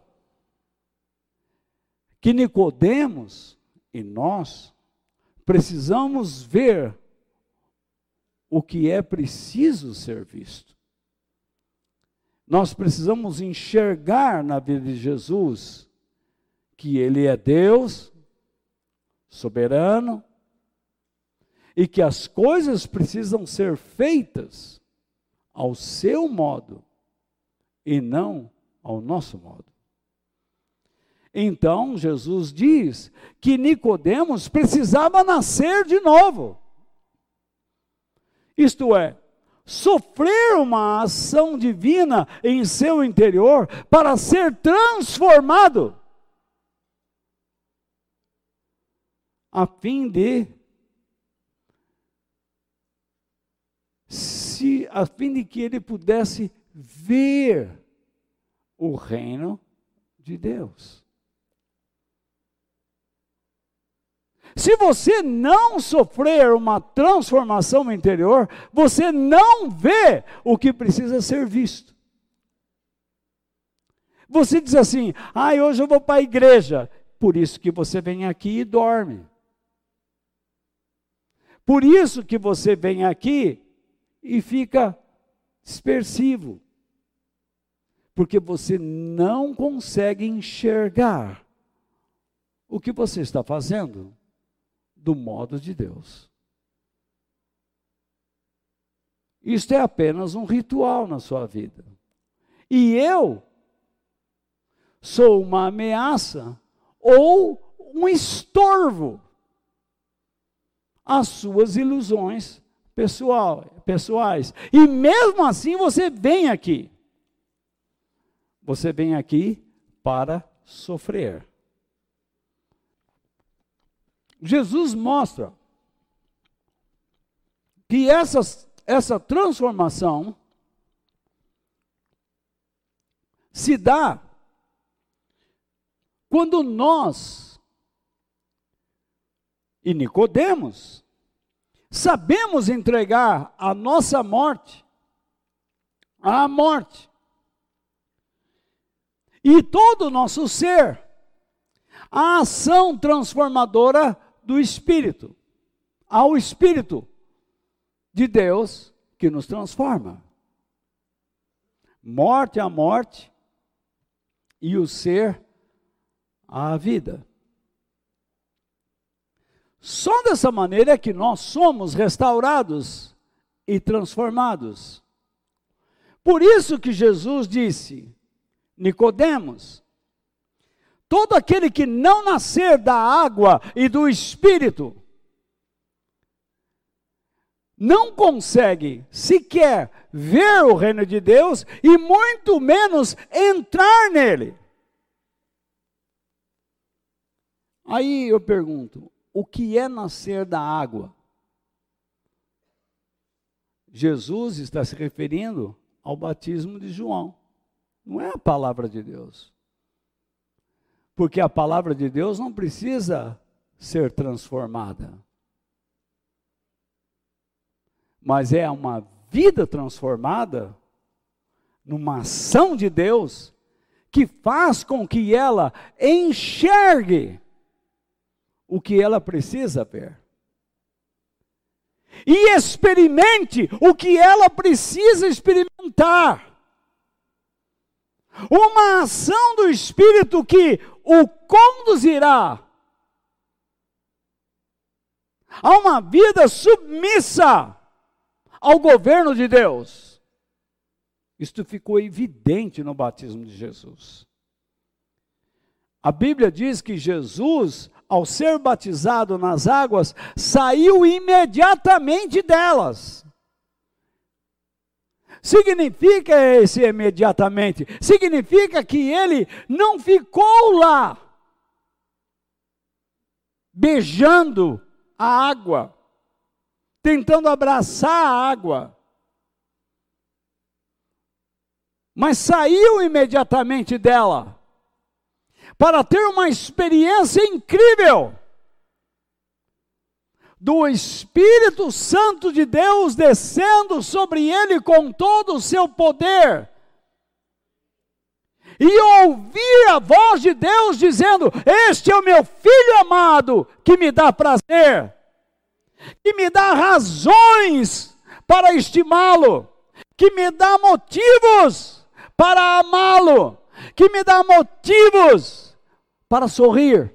Speaker 1: que Nicodemos e nós precisamos ver o que é preciso ser visto. Nós precisamos enxergar na vida de Jesus que Ele é Deus, soberano, e que as coisas precisam ser feitas ao seu modo e não ao nosso modo. Então Jesus diz que Nicodemos precisava nascer de novo. Isto é, sofrer uma ação divina em seu interior para ser transformado, a fim de se a fim de que ele pudesse ver o reino de Deus. Se você não sofrer uma transformação interior, você não vê o que precisa ser visto. Você diz assim: ah, hoje eu vou para a igreja. Por isso que você vem aqui e dorme. Por isso que você vem aqui e fica dispersivo. Porque você não consegue enxergar o que você está fazendo do modo de Deus. Isto é apenas um ritual na sua vida. E eu sou uma ameaça ou um estorvo às suas ilusões pessoal, pessoais. E mesmo assim você vem aqui. Você vem aqui para sofrer. Jesus mostra que essa, essa transformação se dá quando nós e Nicodemos sabemos entregar a nossa morte à morte e todo o nosso ser à ação transformadora do Espírito, ao Espírito de Deus que nos transforma. Morte à morte e o ser à vida. Só dessa maneira é que nós somos restaurados e transformados. Por isso que Jesus disse: Nicodemos, todo aquele que não nascer da água e do Espírito, não consegue sequer ver o reino de Deus e muito menos entrar nele. Aí eu pergunto, o que é nascer da água? Jesus está se referindo ao batismo de João. Não é a palavra de Deus. Porque a palavra de Deus não precisa ser transformada. Mas é uma vida transformada, numa ação de Deus, que faz com que ela enxergue o que ela precisa ver. E experimente o que ela precisa experimentar. Uma ação do Espírito que o conduzirá a uma vida submissa ao governo de Deus. Isto ficou evidente no batismo de Jesus. A Bíblia diz que Jesus, ao ser batizado nas águas, saiu imediatamente delas. Significa esse imediatamente? Significa que ele não ficou lá, beijando a água, tentando abraçar a água, mas saiu imediatamente dela, para ter uma experiência incrível do Espírito Santo de Deus descendo sobre ele com todo o seu poder, e ouvir a voz de Deus dizendo: este é o meu filho amado, que me dá prazer, que me dá razões para estimá-lo, que me dá motivos para amá-lo, que me dá motivos para sorrir.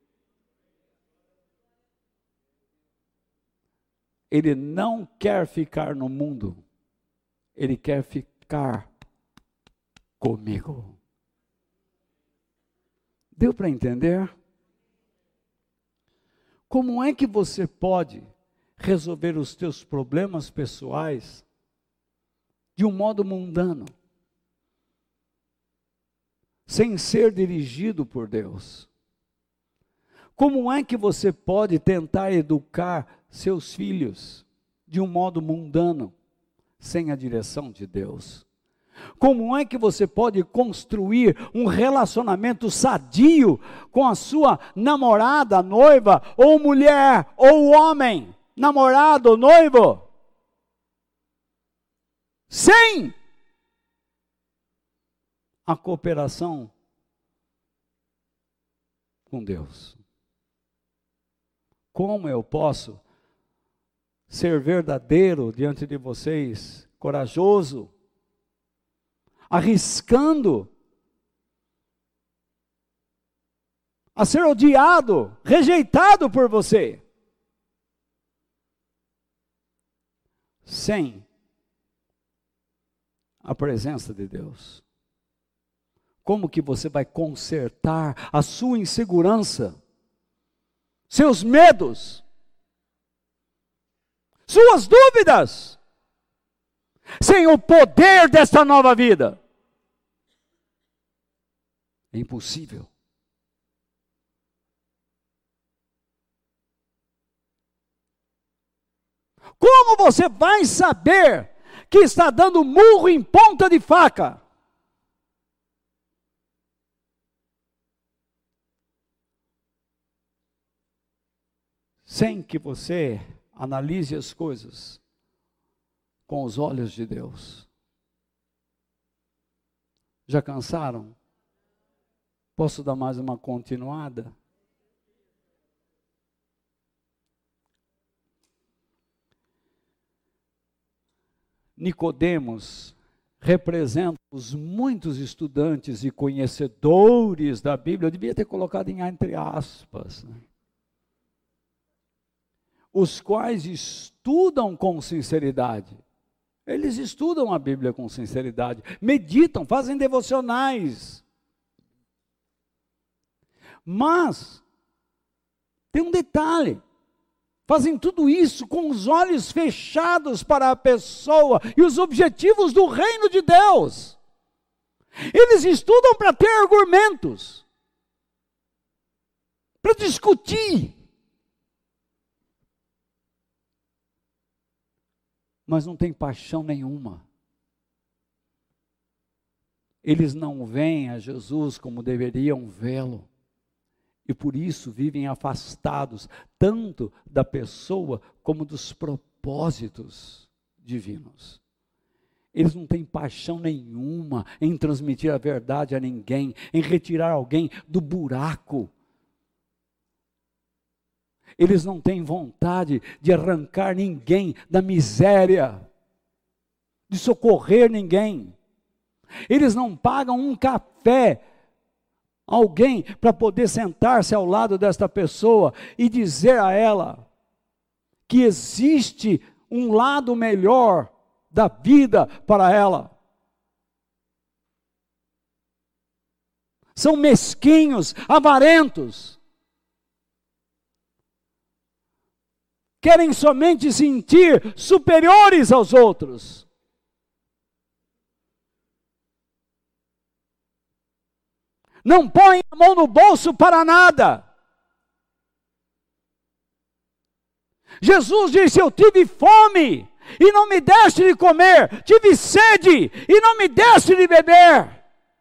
Speaker 1: Ele não quer ficar no mundo, ele quer ficar comigo. Deu para entender? Como é que você pode resolver os teus problemas pessoais de um modo mundano, sem ser dirigido por Deus? Como é que você pode tentar educar seus filhos de um modo mundano, sem a direção de Deus? Como é que você pode construir um relacionamento sadio com a sua namorada, noiva, ou mulher, ou homem, namorado, noivo, sem a cooperação com Deus? Como eu posso ser verdadeiro diante de vocês, corajoso, arriscando a ser odiado, rejeitado por você, sem a presença de Deus? Como que você vai consertar a sua insegurança, seus medos, suas dúvidas, sem o poder desta nova vida? É impossível. Como você vai saber que está dando murro em ponta de faca? Sem que você analise as coisas com os olhos de Deus. Já cansaram? Posso dar mais uma continuada? Nicodemos representa os muitos estudantes e conhecedores da Bíblia. Eu devia ter colocado em entre aspas, né? Os quais estudam com sinceridade. Eles estudam a Bíblia com sinceridade, meditam, fazem devocionais. Mas tem um detalhe: fazem tudo isso com os olhos fechados para a pessoa e os objetivos do reino de Deus. Eles estudam para ter argumentos, para discutir, mas não tem paixão nenhuma. Eles não veem a Jesus como deveriam vê-lo, e por isso vivem afastados tanto da pessoa como dos propósitos divinos. Eles não têm paixão nenhuma em transmitir a verdade a ninguém, em retirar alguém do buraco. Eles não têm vontade de arrancar ninguém da miséria, de socorrer ninguém. Eles não pagam um café a alguém para poder sentar-se ao lado desta pessoa e dizer a ela que existe um lado melhor da vida para ela. são mesquinhos, avarentos. Querem somente sentir superiores aos outros. Não põem a mão no bolso para nada. Jesus disse: eu tive fome e não me deste de comer, tive sede e não me deste de beber.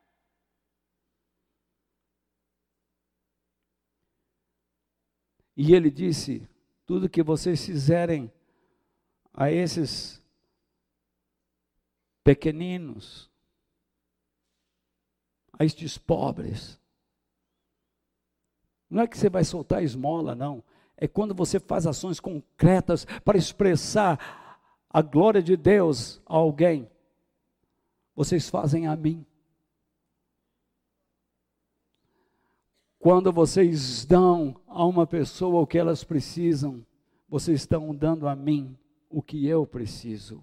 Speaker 1: E ele disse: tudo que vocês fizerem a esses pequeninos, a estes pobres, não é que você vai soltar esmola, não. É quando você faz ações concretas para expressar a glória de Deus a alguém. Vocês fazem a mim. Quando vocês dão a uma pessoa o que elas precisam, vocês estão dando a mim o que eu preciso.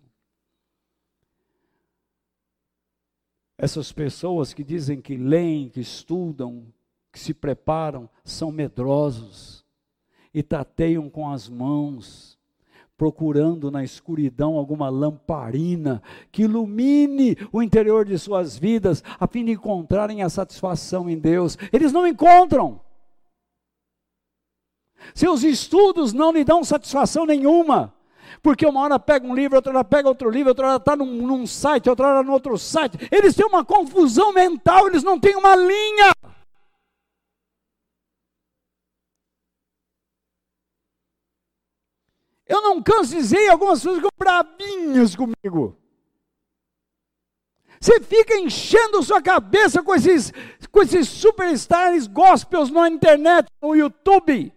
Speaker 1: Essas pessoas que dizem que leem, que estudam, que se preparam, são medrosos e tateiam com as mãos, procurando na escuridão alguma lamparina que ilumine o interior de suas vidas, a fim de encontrarem a satisfação em Deus. Eles não encontram. Seus estudos não lhe dão satisfação nenhuma, porque uma hora pega um livro, outra hora pega outro livro, outra hora está num, num site, outra hora no outro site. Eles têm uma confusão mental, eles não têm uma linha. Eu não canso de dizer, algumas pessoas ficam bravinhas comigo. Você fica enchendo sua cabeça com esses, com esses superstars gospels na internet, no YouTube.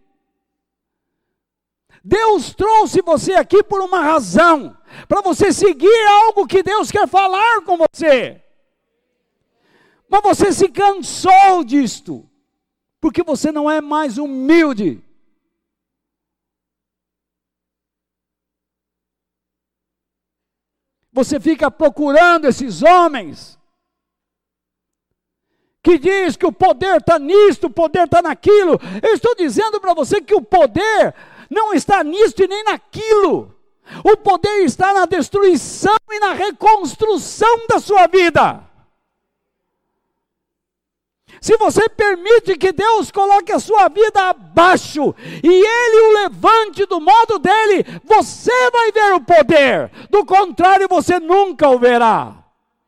Speaker 1: Deus trouxe você aqui por uma razão, para você seguir algo que Deus quer falar com você. Mas você se cansou disto, porque você não é mais humilde. Você fica procurando esses homens que diz que o poder está nisto, o poder está naquilo. Eu estou dizendo para você que o poder não está nisto e nem naquilo. O poder está na destruição e na reconstrução da sua vida. Se você permite que Deus coloque a sua vida abaixo e Ele o levante do modo dele, você vai ver o poder. Do contrário, você nunca o verá.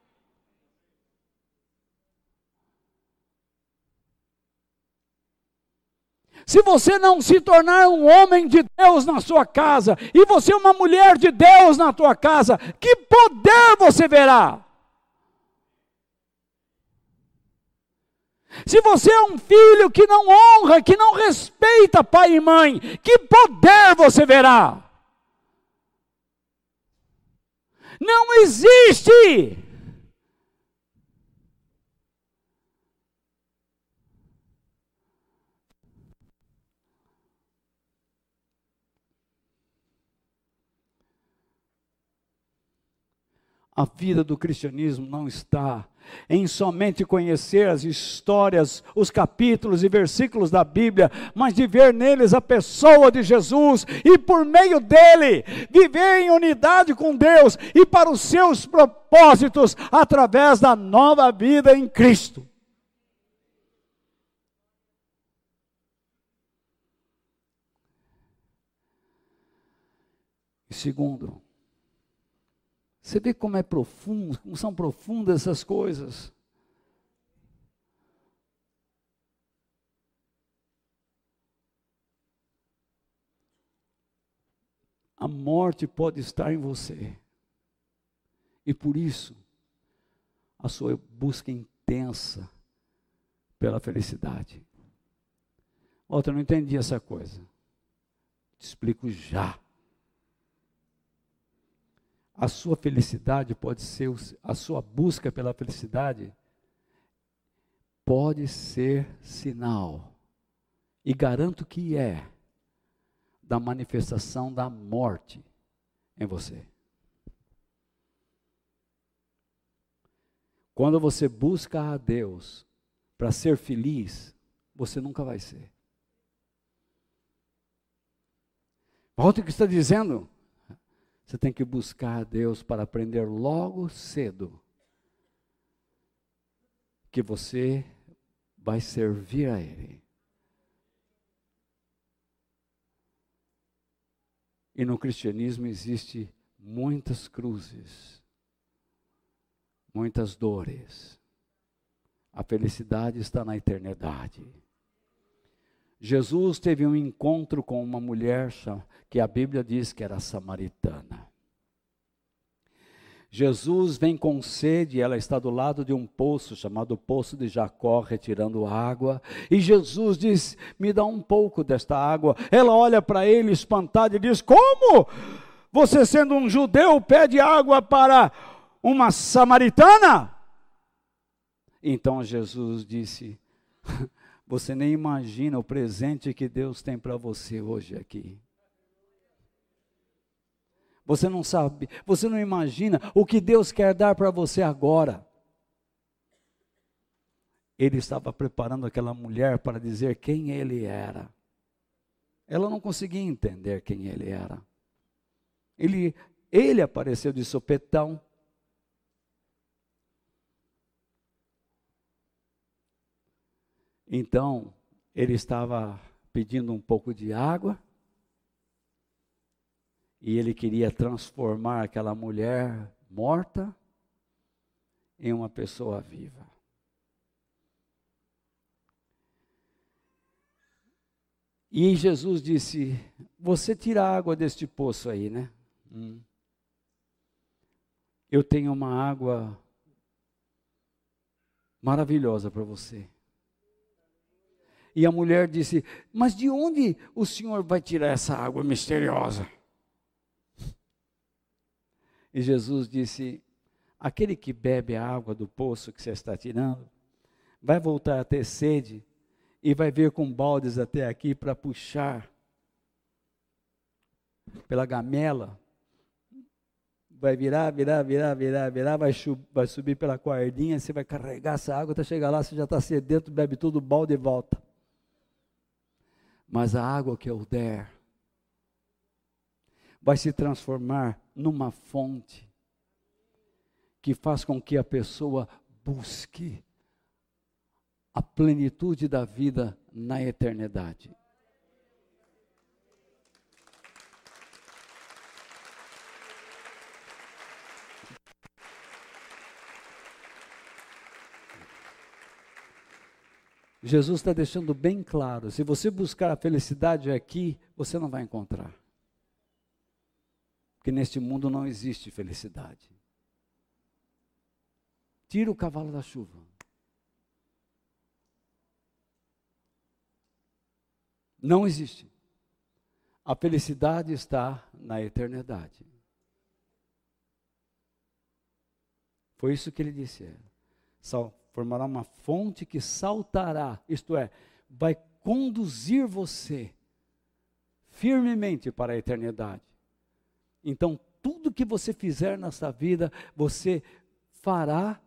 Speaker 1: Se você não se tornar um homem de Deus na sua casa, e você uma mulher de Deus na tua casa, que poder você verá? Se você é um filho que não honra, que não respeita pai e mãe, que poder você verá? Não existe. A vida do cristianismo não está em somente conhecer as histórias, os capítulos e versículos da Bíblia, mas de ver neles a pessoa de Jesus e por meio dele viver em unidade com Deus e para os seus propósitos através da nova vida em Cristo. E segundo, você vê como é profundo, como são profundas essas coisas. A morte pode estar em você. E por isso, a sua busca intensa pela felicidade. Outra, eu não entendi essa coisa. Te explico já. A sua felicidade pode ser, a sua busca pela felicidade pode ser sinal, e garanto que é, da manifestação da morte em você. Quando você busca a Deus para ser feliz, você nunca vai ser. Olha o que está dizendo. Você tem que buscar a Deus para aprender logo cedo que você vai servir a Ele. E no cristianismo existe muitas cruzes, muitas dores. A felicidade está na eternidade. Jesus teve um encontro com uma mulher que a Bíblia diz que era samaritana. Jesus vem com sede, ela está do lado de um poço, chamado Poço de Jacó, retirando água. E Jesus diz, me dá um pouco desta água. Ela olha para ele espantada e diz, como? Você sendo um judeu pede água para uma samaritana? Então Jesus disse, você nem imagina o presente que Deus tem para você hoje aqui. Você não sabe, você não imagina o que Deus quer dar para você agora. Ele estava preparando aquela mulher para dizer quem ele era. Ela não conseguia entender quem ele era. Ele, ele apareceu de sopetão. Então, ele estava pedindo um pouco de água. E ele queria transformar aquela mulher morta em uma pessoa viva. E Jesus disse, você tira a água deste poço aí, né? Hum. Eu tenho uma água maravilhosa para você. E a mulher disse, mas de onde o Senhor vai tirar essa água misteriosa? E Jesus disse, aquele que bebe a água do poço que você está tirando, vai voltar a ter sede e vai vir com baldes até aqui para puxar pela gamela, vai virar, virar, virar, virar, virar, vai, vai subir pela cordinha, você vai carregar essa água, até chegar lá, você já está sedento, bebe tudo, o balde e volta. Mas a água que eu der, vai se transformar numa fonte que faz com que a pessoa busque a plenitude da vida na eternidade. Jesus está deixando bem claro, se você buscar a felicidade aqui, você não vai encontrar. Porque neste mundo não existe felicidade. Tira o cavalo da chuva. Não existe. A felicidade está na eternidade. Foi isso que ele disse. Sal, formará uma fonte que saltará, isto é, vai conduzir você firmemente para a eternidade. Então, tudo que você fizer nessa vida, você fará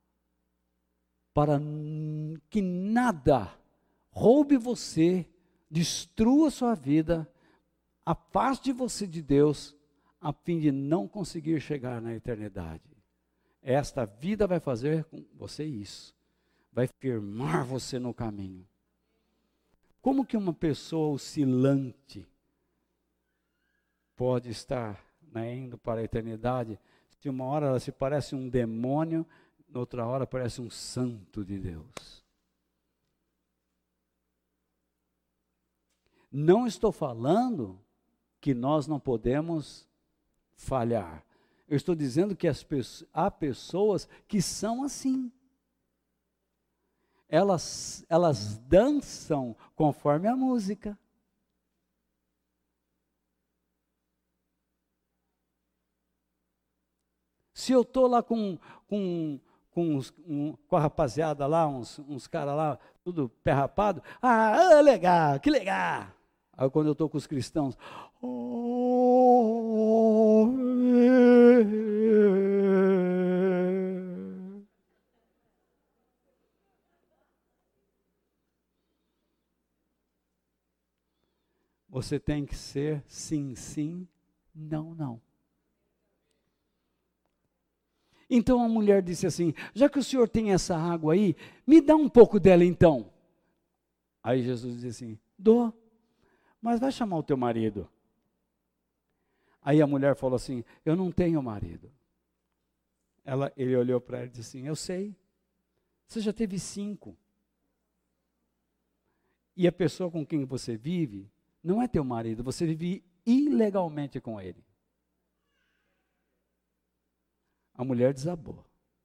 Speaker 1: para que nada roube você, destrua sua vida, afaste você de Deus, a fim de não conseguir chegar na eternidade. Esta vida vai fazer com você isso, vai firmar você no caminho. Como que uma pessoa oscilante pode estar, né, indo para a eternidade, se uma hora ela se parece um demônio, noutra hora parece um santo de Deus? Não estou falando que nós não podemos falhar. Eu estou dizendo que as pessoas, há pessoas que são assim. Elas, elas dançam conforme a música. Se eu estou lá com, com, com, uns, um, com a rapaziada lá, uns, uns caras lá, tudo pé rapado, ah, ah, legal, que legal. Aí quando eu estou com os cristãos, oh, você tem que ser sim, sim, não, não. Então a mulher disse assim, já que o senhor tem essa água aí, me dá um pouco dela então. Aí Jesus disse assim, dou, mas vai chamar o teu marido. Aí a mulher falou assim, eu não tenho marido. Ela, ele olhou para ela e disse assim, eu sei, você já teve cinco. E a pessoa com quem você vive, não é teu marido, você vive ilegalmente com ele. A mulher desabou.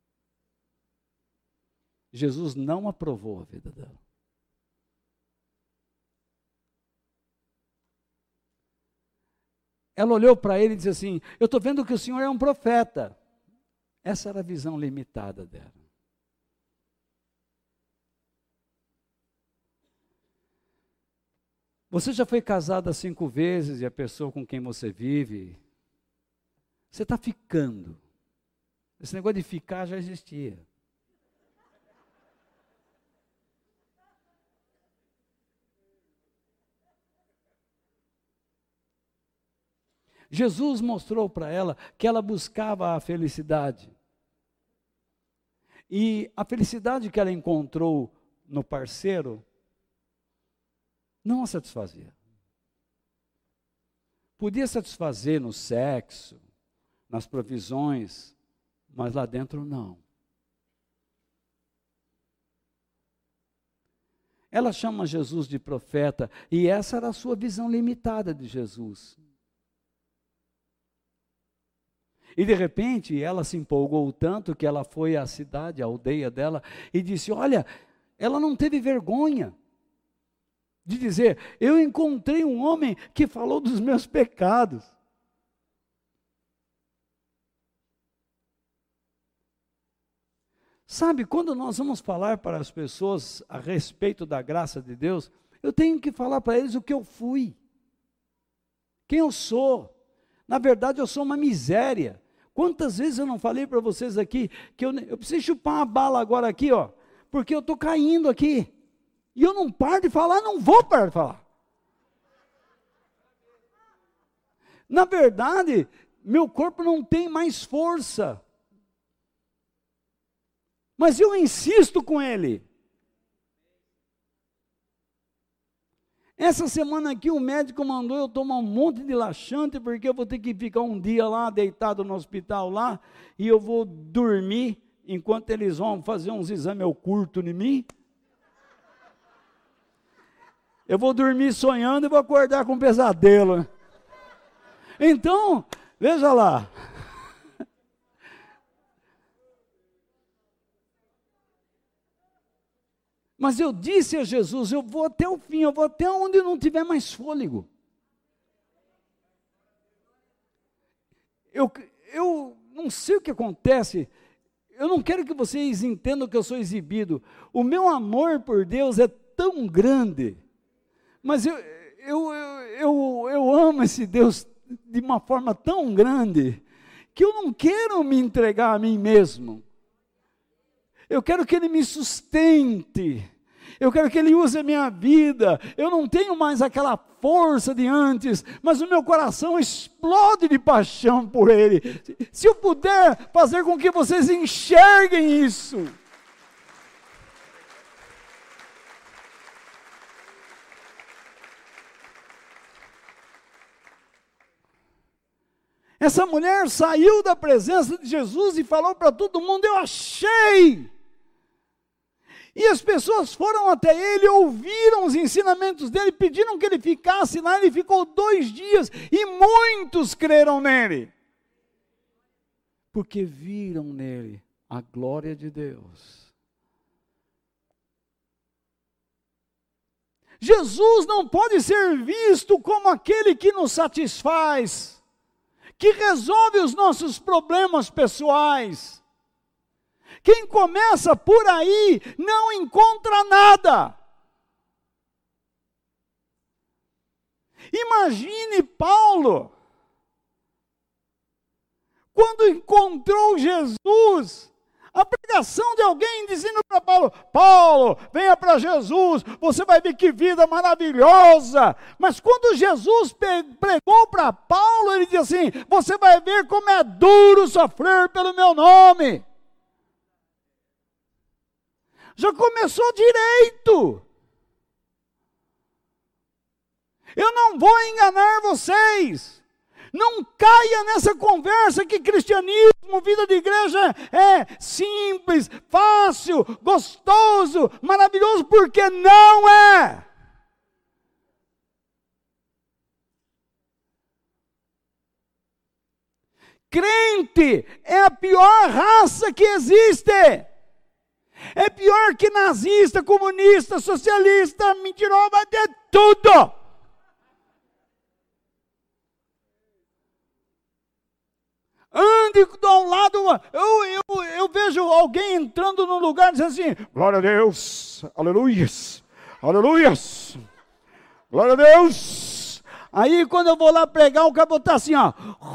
Speaker 1: Jesus não aprovou a vida dela. Ela olhou para ele e disse assim, eu estou vendo que o senhor é um profeta. Essa era a visão limitada dela. Você já foi casada cinco vezes e a pessoa com quem você vive, você está ficando. Esse negócio de ficar já existia. Jesus mostrou para ela que ela buscava a felicidade. E a felicidade que ela encontrou no parceiro não a satisfazia. Podia satisfazer no sexo, nas provisões, mas lá dentro não. Ela chama Jesus de profeta, e essa era a sua visão limitada de Jesus. E de repente ela se empolgou tanto que ela foi à cidade, à aldeia dela, e disse, olha, ela não teve vergonha de dizer, eu encontrei um homem que falou dos meus pecados. Sabe, quando nós vamos falar para as pessoas a respeito da graça de Deus, eu tenho que falar para eles o que eu fui, quem eu sou. Na verdade, eu sou uma miséria. Quantas vezes eu não falei para vocês aqui, que eu, eu preciso chupar uma bala agora aqui, ó, porque eu estou caindo aqui. E eu não paro de falar, não vou parar de falar. Na verdade, meu corpo não tem mais força. Mas eu insisto com ele. Essa semana aqui o médico mandou eu tomar um monte de laxante, porque eu vou ter que ficar um dia lá, deitado no hospital lá, e eu vou dormir, enquanto eles vão fazer uns exames ocultos em mim. Eu vou dormir sonhando e vou acordar com um pesadelo. Então, veja lá. Mas eu disse a Jesus, eu vou até o fim, eu vou até onde não tiver mais fôlego. Eu, eu não sei o que acontece, eu não quero que vocês entendam que eu sou exibido. O meu amor por Deus é tão grande, mas eu, eu, eu, eu, eu amo esse Deus de uma forma tão grande, que eu não quero me entregar a mim mesmo. Eu quero que Ele me sustente, eu quero que Ele use a minha vida. Eu não tenho mais aquela força de antes, mas o meu coração explode de paixão por Ele. Se eu puder fazer com que vocês enxerguem isso. Essa mulher saiu da presença de Jesus e falou para todo mundo, eu achei. E as pessoas foram até ele, ouviram os ensinamentos dele, pediram que ele ficasse lá, ele ficou dois dias, e muitos creram nele. Porque viram nele a glória de Deus. Jesus não pode ser visto como aquele que nos satisfaz, que resolve os nossos problemas pessoais. Quem começa por aí não encontra nada. Imagine Paulo, quando encontrou Jesus, A pregação de alguém dizendo para Paulo, Paulo, venha para Jesus, você vai ver que vida maravilhosa. Mas quando Jesus pregou para Paulo, ele disse assim, você vai ver como é duro sofrer pelo meu nome. Já começou direito. Eu não vou enganar vocês. Não caia nessa conversa que cristianismo, vida de igreja é simples, fácil, gostoso, maravilhoso, porque não é. Crente é a pior raça que existe. É pior que nazista, comunista, socialista, mentiroso, vai ter tudo. Ande ao lado, eu, eu, eu vejo alguém entrando num lugar dizendo assim, glória a Deus, aleluias, aleluias, glória a Deus. Aí quando eu vou lá pregar, o cara botar assim, ó.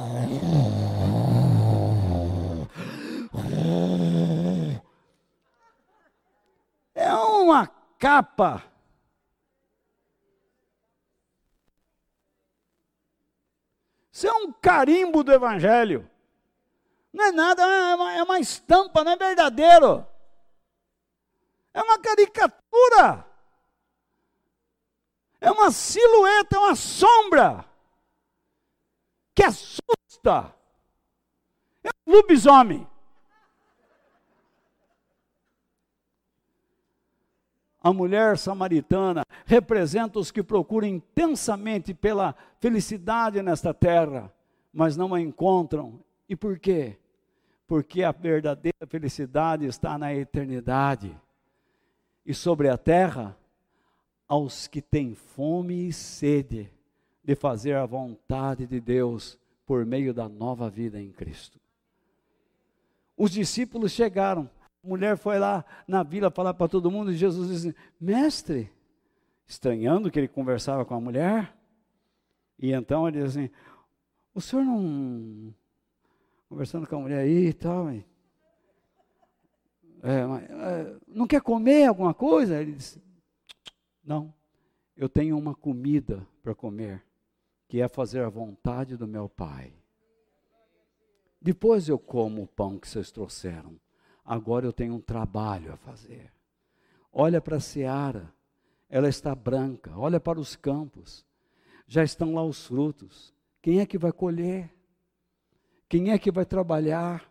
Speaker 1: É uma capa. Isso é um carimbo do evangelho. Não é nada, é uma, é uma estampa, não é verdadeiro. É uma caricatura. É uma silhueta, é uma sombra. Que assusta. É um lobisomem. A mulher samaritana representa os que procuram intensamente pela felicidade nesta terra, mas não a encontram. E por quê? Porque a verdadeira felicidade está na eternidade. E sobre a terra, aos que têm fome e sede de fazer a vontade de Deus por meio da nova vida em Cristo. Os discípulos chegaram, a mulher foi lá na vila falar para todo mundo, e Jesus disse, mestre, estranhando que ele conversava com a mulher, e então ele disse assim, o senhor não... conversando com a mulher aí e tal, é, é, não quer comer alguma coisa? Ele disse, não, eu tenho uma comida para comer, que é fazer a vontade do meu Pai. Depois eu como o pão que vocês trouxeram, agora eu tenho um trabalho a fazer. Olha para a seara, ela está branca, olha para os campos, já estão lá os frutos, quem é que vai colher? Quem é que vai trabalhar?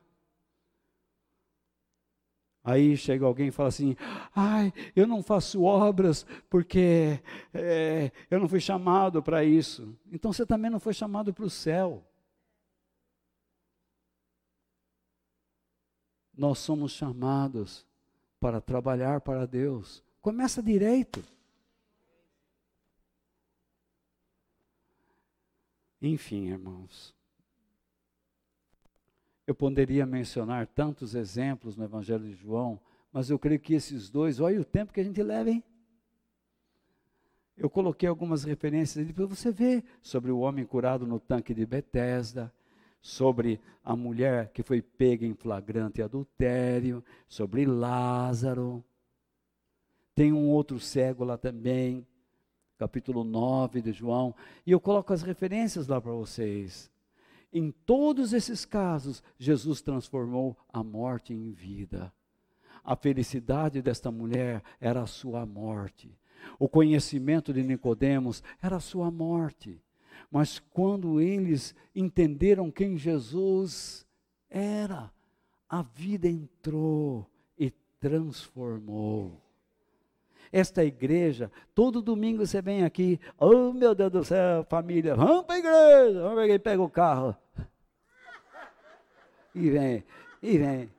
Speaker 1: Aí chega alguém e fala assim, ai, eu não faço obras porque é, eu não fui chamado para isso. Então você também não foi chamado para o céu. Nós somos chamados para trabalhar para Deus. Começa direito. Enfim, irmãos. Eu poderia mencionar tantos exemplos no Evangelho de João, mas eu creio que esses dois, olha o tempo que a gente leva, hein? Eu coloquei algumas referências ali para você ver, sobre o homem curado no tanque de Betesda, sobre a mulher que foi pega em flagrante adultério, sobre Lázaro. Tem um outro cego lá também, capítulo nove de João, e eu coloco as referências lá para vocês. Em todos esses casos, Jesus transformou a morte em vida. A felicidade desta mulher era a sua morte. O conhecimento de Nicodemos era a sua morte. Mas quando eles entenderam quem Jesus era, a vida entrou e transformou. Esta igreja, todo domingo você vem aqui, oh meu Deus do céu, família, vamos para a igreja, vamos ver quem pega o carro. E vem, e vem.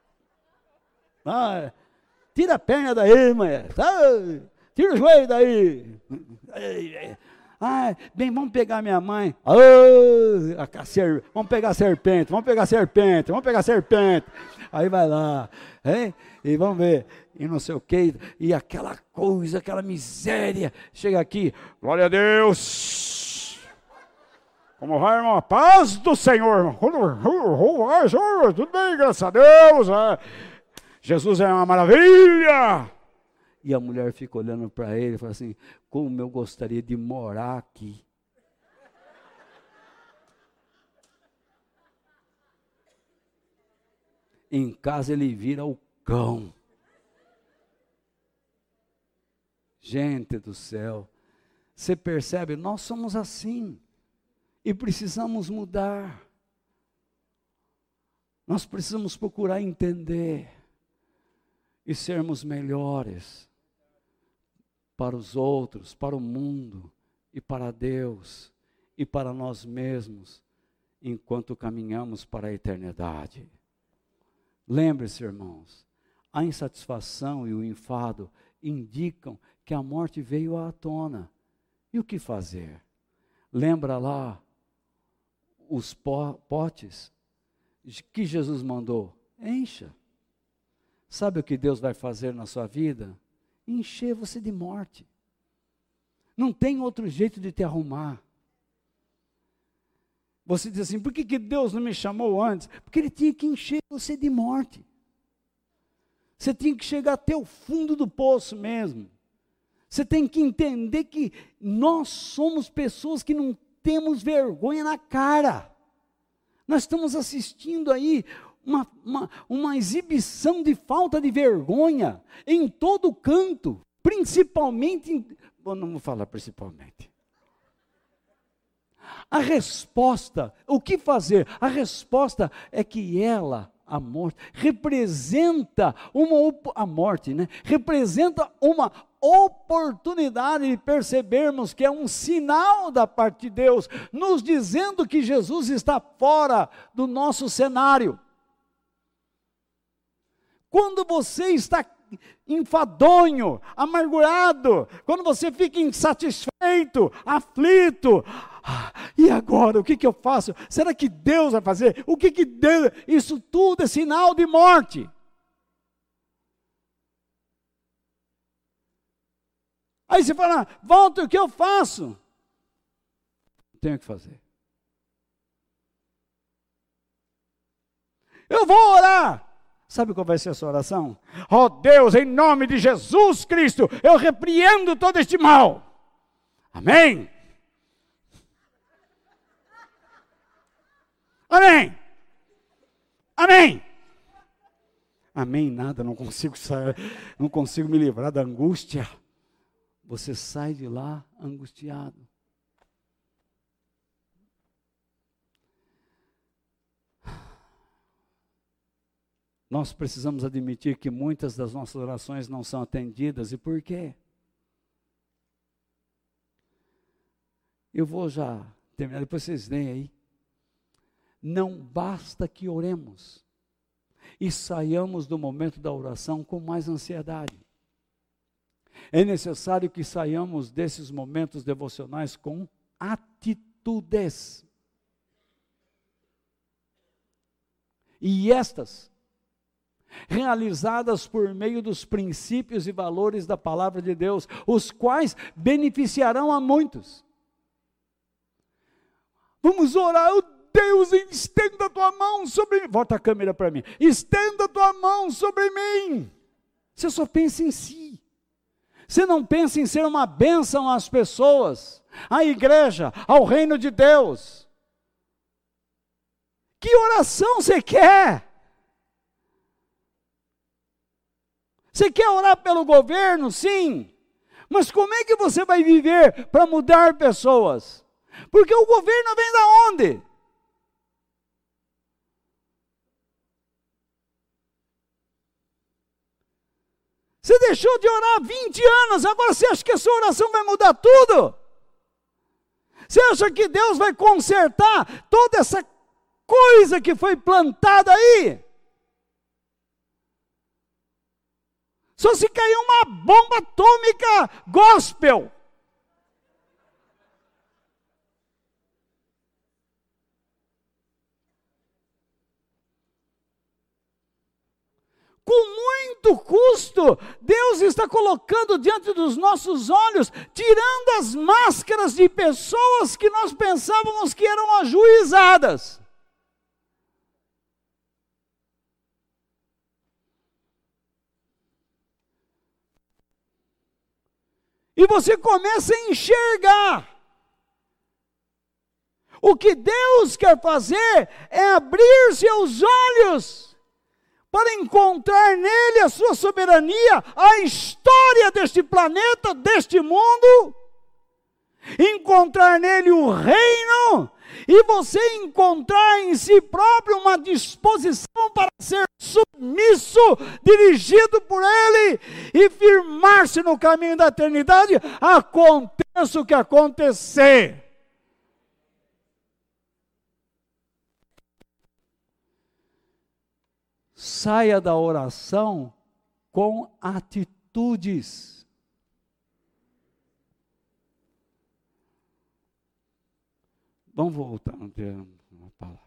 Speaker 1: Ah, tira a perna daí, mulher, ah, tira o joelho daí. Ah, bem, vamos pegar minha mãe, oh, a, a ser, vamos pegar a serpente, vamos pegar a serpente, vamos pegar a serpente. Aí vai lá, hein? E vamos ver. E não sei o que, e aquela coisa, aquela miséria, chega aqui, glória a Deus, como vai, irmão, a paz do Senhor, tudo bem, graças a Deus, é. Jesus é uma maravilha. E a mulher fica olhando para ele e fala assim, como eu gostaria de morar aqui. Em casa ele vira o cão. Gente do céu, você percebe? Nós somos assim e precisamos mudar. Nós precisamos procurar entender e sermos melhores para os outros, para o mundo e para Deus e para nós mesmos, enquanto caminhamos para a eternidade. Lembre-se, irmãos, a insatisfação e o enfado indicam que a morte veio à tona. E o que fazer? Lembra lá os potes que Jesus mandou? Encha. Sabe o que Deus vai fazer na sua vida? Encher você de morte. Não tem outro jeito de te arrumar. Você diz assim, por que, que Deus não me chamou antes? Porque Ele tinha que encher você de morte. Você tinha que chegar até o fundo do poço mesmo. Você tem que entender que nós somos pessoas que não temos vergonha na cara. Nós estamos assistindo aí uma, uma, uma exibição de falta de vergonha em todo canto, principalmente, em, bom, não vou falar principalmente. A resposta, o que fazer? A resposta é que ela, a morte, representa uma, a morte, né? Representa uma oportunidade de percebermos que é um sinal da parte de Deus, nos dizendo que Jesus está fora do nosso cenário. Quando você está enfadonho, amargurado, quando você fica insatisfeito, aflito, ah, e agora, o que, que eu faço? Será que Deus vai fazer? O que que Deus... Isso tudo é sinal de morte. Aí você fala, Walter, o que eu faço? Não tenho o que fazer. Eu vou orar. Sabe qual vai ser a sua oração? Ó Deus, em nome de Jesus Cristo, eu repreendo todo este mal. Amém? Amém? Amém? Amém, nada, não consigo sair, não consigo me livrar da angústia. Você sai de lá angustiado. Nós precisamos admitir que muitas das nossas orações não são atendidas. E por quê? Eu vou já terminar, depois vocês leem aí. Não basta que oremos e saiamos do momento da oração com mais ansiedade. É necessário que saiamos desses momentos devocionais com atitudes. E estas, realizadas por meio dos princípios e valores da palavra de Deus, os quais beneficiarão a muitos. Vamos orar, oh Deus, estenda a tua mão sobre mim. Volta a câmera para mim. Estenda a tua mão sobre mim. Você só pensa em si. Você não pensa em ser uma bênção às pessoas, à igreja, ao reino de Deus. Que oração você quer? Você quer orar pelo governo? Sim. Mas como é que você vai viver para mudar pessoas? Porque o governo vem da onde? Você deixou de orar há vinte anos, agora você acha que a sua oração vai mudar tudo? Você acha que Deus vai consertar toda essa coisa que foi plantada aí? Só se cair uma bomba atômica gospel. Com muito custo, Deus está colocando diante dos nossos olhos, tirando as máscaras de pessoas que nós pensávamos que eram ajuizadas. E você começa a enxergar. O que Deus quer fazer é abrir seus olhos para encontrar nele a sua soberania, a história deste planeta, deste mundo, encontrar nele o reino, e você encontrar em si próprio uma disposição para ser submisso, dirigido por ele, e firmar-se no caminho da eternidade, aconteça o que acontecer. Saia da oração com atitudes. Vamos voltar uma palavra.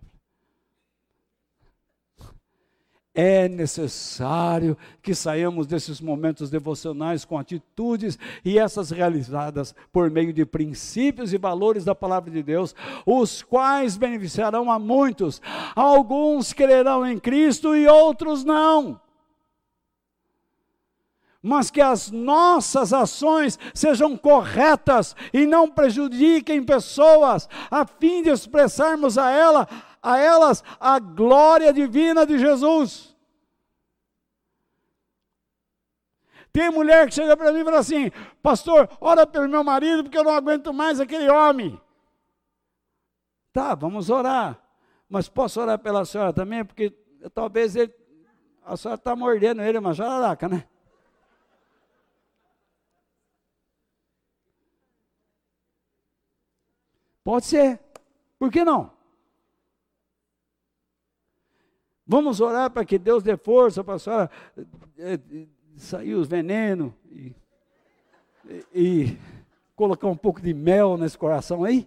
Speaker 1: É necessário que saiamos desses momentos devocionais com atitudes, e essas realizadas por meio de princípios e valores da palavra de Deus, os quais beneficiarão a muitos. Alguns crerão em Cristo e outros não. Mas que as nossas ações sejam corretas e não prejudiquem pessoas, a fim de expressarmos a ela, a elas a glória divina de Jesus. Tem mulher que chega para mim e fala assim: pastor, ora pelo meu marido porque eu não aguento mais aquele homem. Tá, vamos orar. Mas posso orar pela senhora também? Porque talvez ele, a senhora está mordendo ele, uma jararaca, né? Pode ser. Por que não? Vamos orar para que Deus dê força para a senhora é, é, sair os venenos e, e, e colocar um pouco de mel nesse coração aí?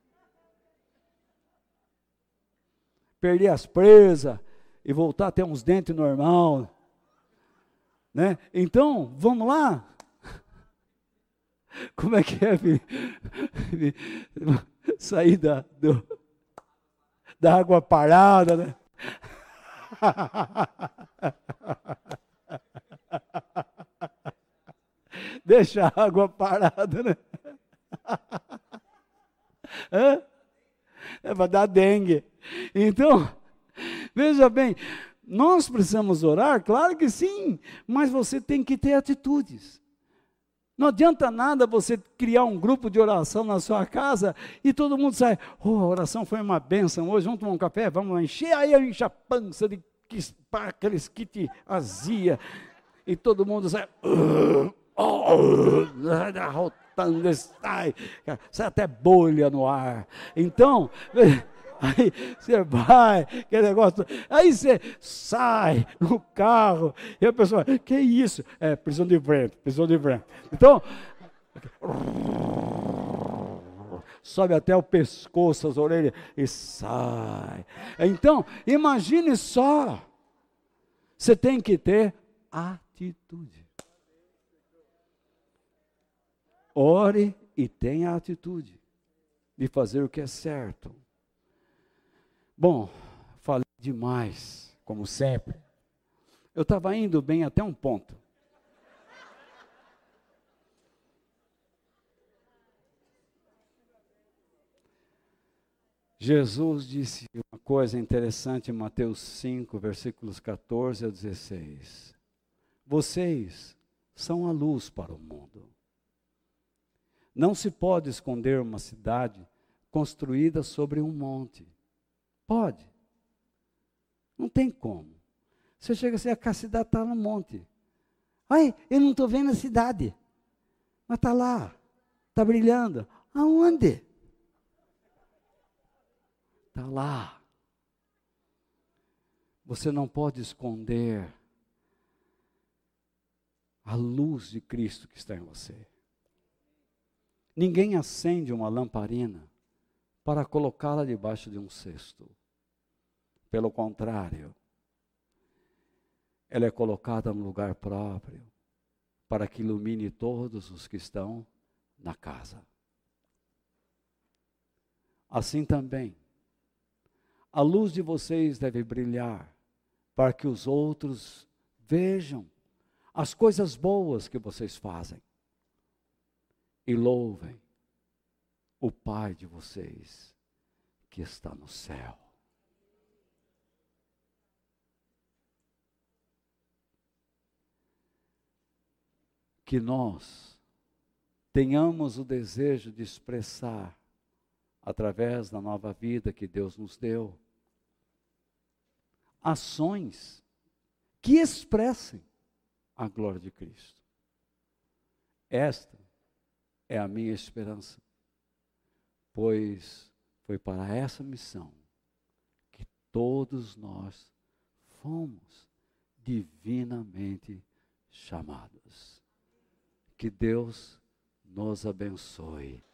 Speaker 1: Perder as presas e voltar a ter uns dentes normal, né? Então, vamos lá. Como é que é, filho? Sair da, do, da água parada, né? Deixa a água parada, né? Hã? É para dar dengue. Então, veja bem, nós precisamos orar, claro que sim, mas você tem que ter atitudes. Não adianta nada você criar um grupo de oração na sua casa e todo mundo sai: oh, a oração foi uma bênção hoje, vamos tomar um café, vamos encher, aí enche a pança de aqueles kit azia, e todo mundo sai, uh, oh, arrotando, sai, sai até bolha no ar. Então, aí você vai, aquele negócio, aí você sai no carro, e a pessoa: que isso? É, prisão de vento, prisão de vento. Então, sobe até o pescoço, as orelhas, e sai. Então, imagine só, você tem que ter atitude. Ore e tenha a atitude de fazer o que é certo. Bom, falei demais, como sempre. Eu estava indo bem até um ponto. Jesus disse uma coisa interessante em Mateus cinco, versículos catorze a dezesseis. Vocês são a luz para o mundo. Não se pode esconder uma cidade construída sobre um monte. Pode. Não tem como. Você chega assim: a cidade está no monte. Ai, eu não estou vendo a cidade. Mas está lá. Está brilhando. Aonde? Está lá. Você não pode esconder a luz de Cristo que está em você. Ninguém acende uma lamparina para colocá-la debaixo de um cesto. Pelo contrário, ela é colocada no lugar próprio, para que ilumine todos os que estão na casa. Assim também, a luz de vocês deve brilhar, para que os outros vejam as coisas boas que vocês fazem e louvem o Pai de vocês que está no céu. Que nós tenhamos o desejo de expressar, através da nova vida que Deus nos deu, ações que expressem a glória de Cristo. Esta é a minha esperança, pois foi para essa missão que todos nós fomos divinamente chamados. Que Deus nos abençoe.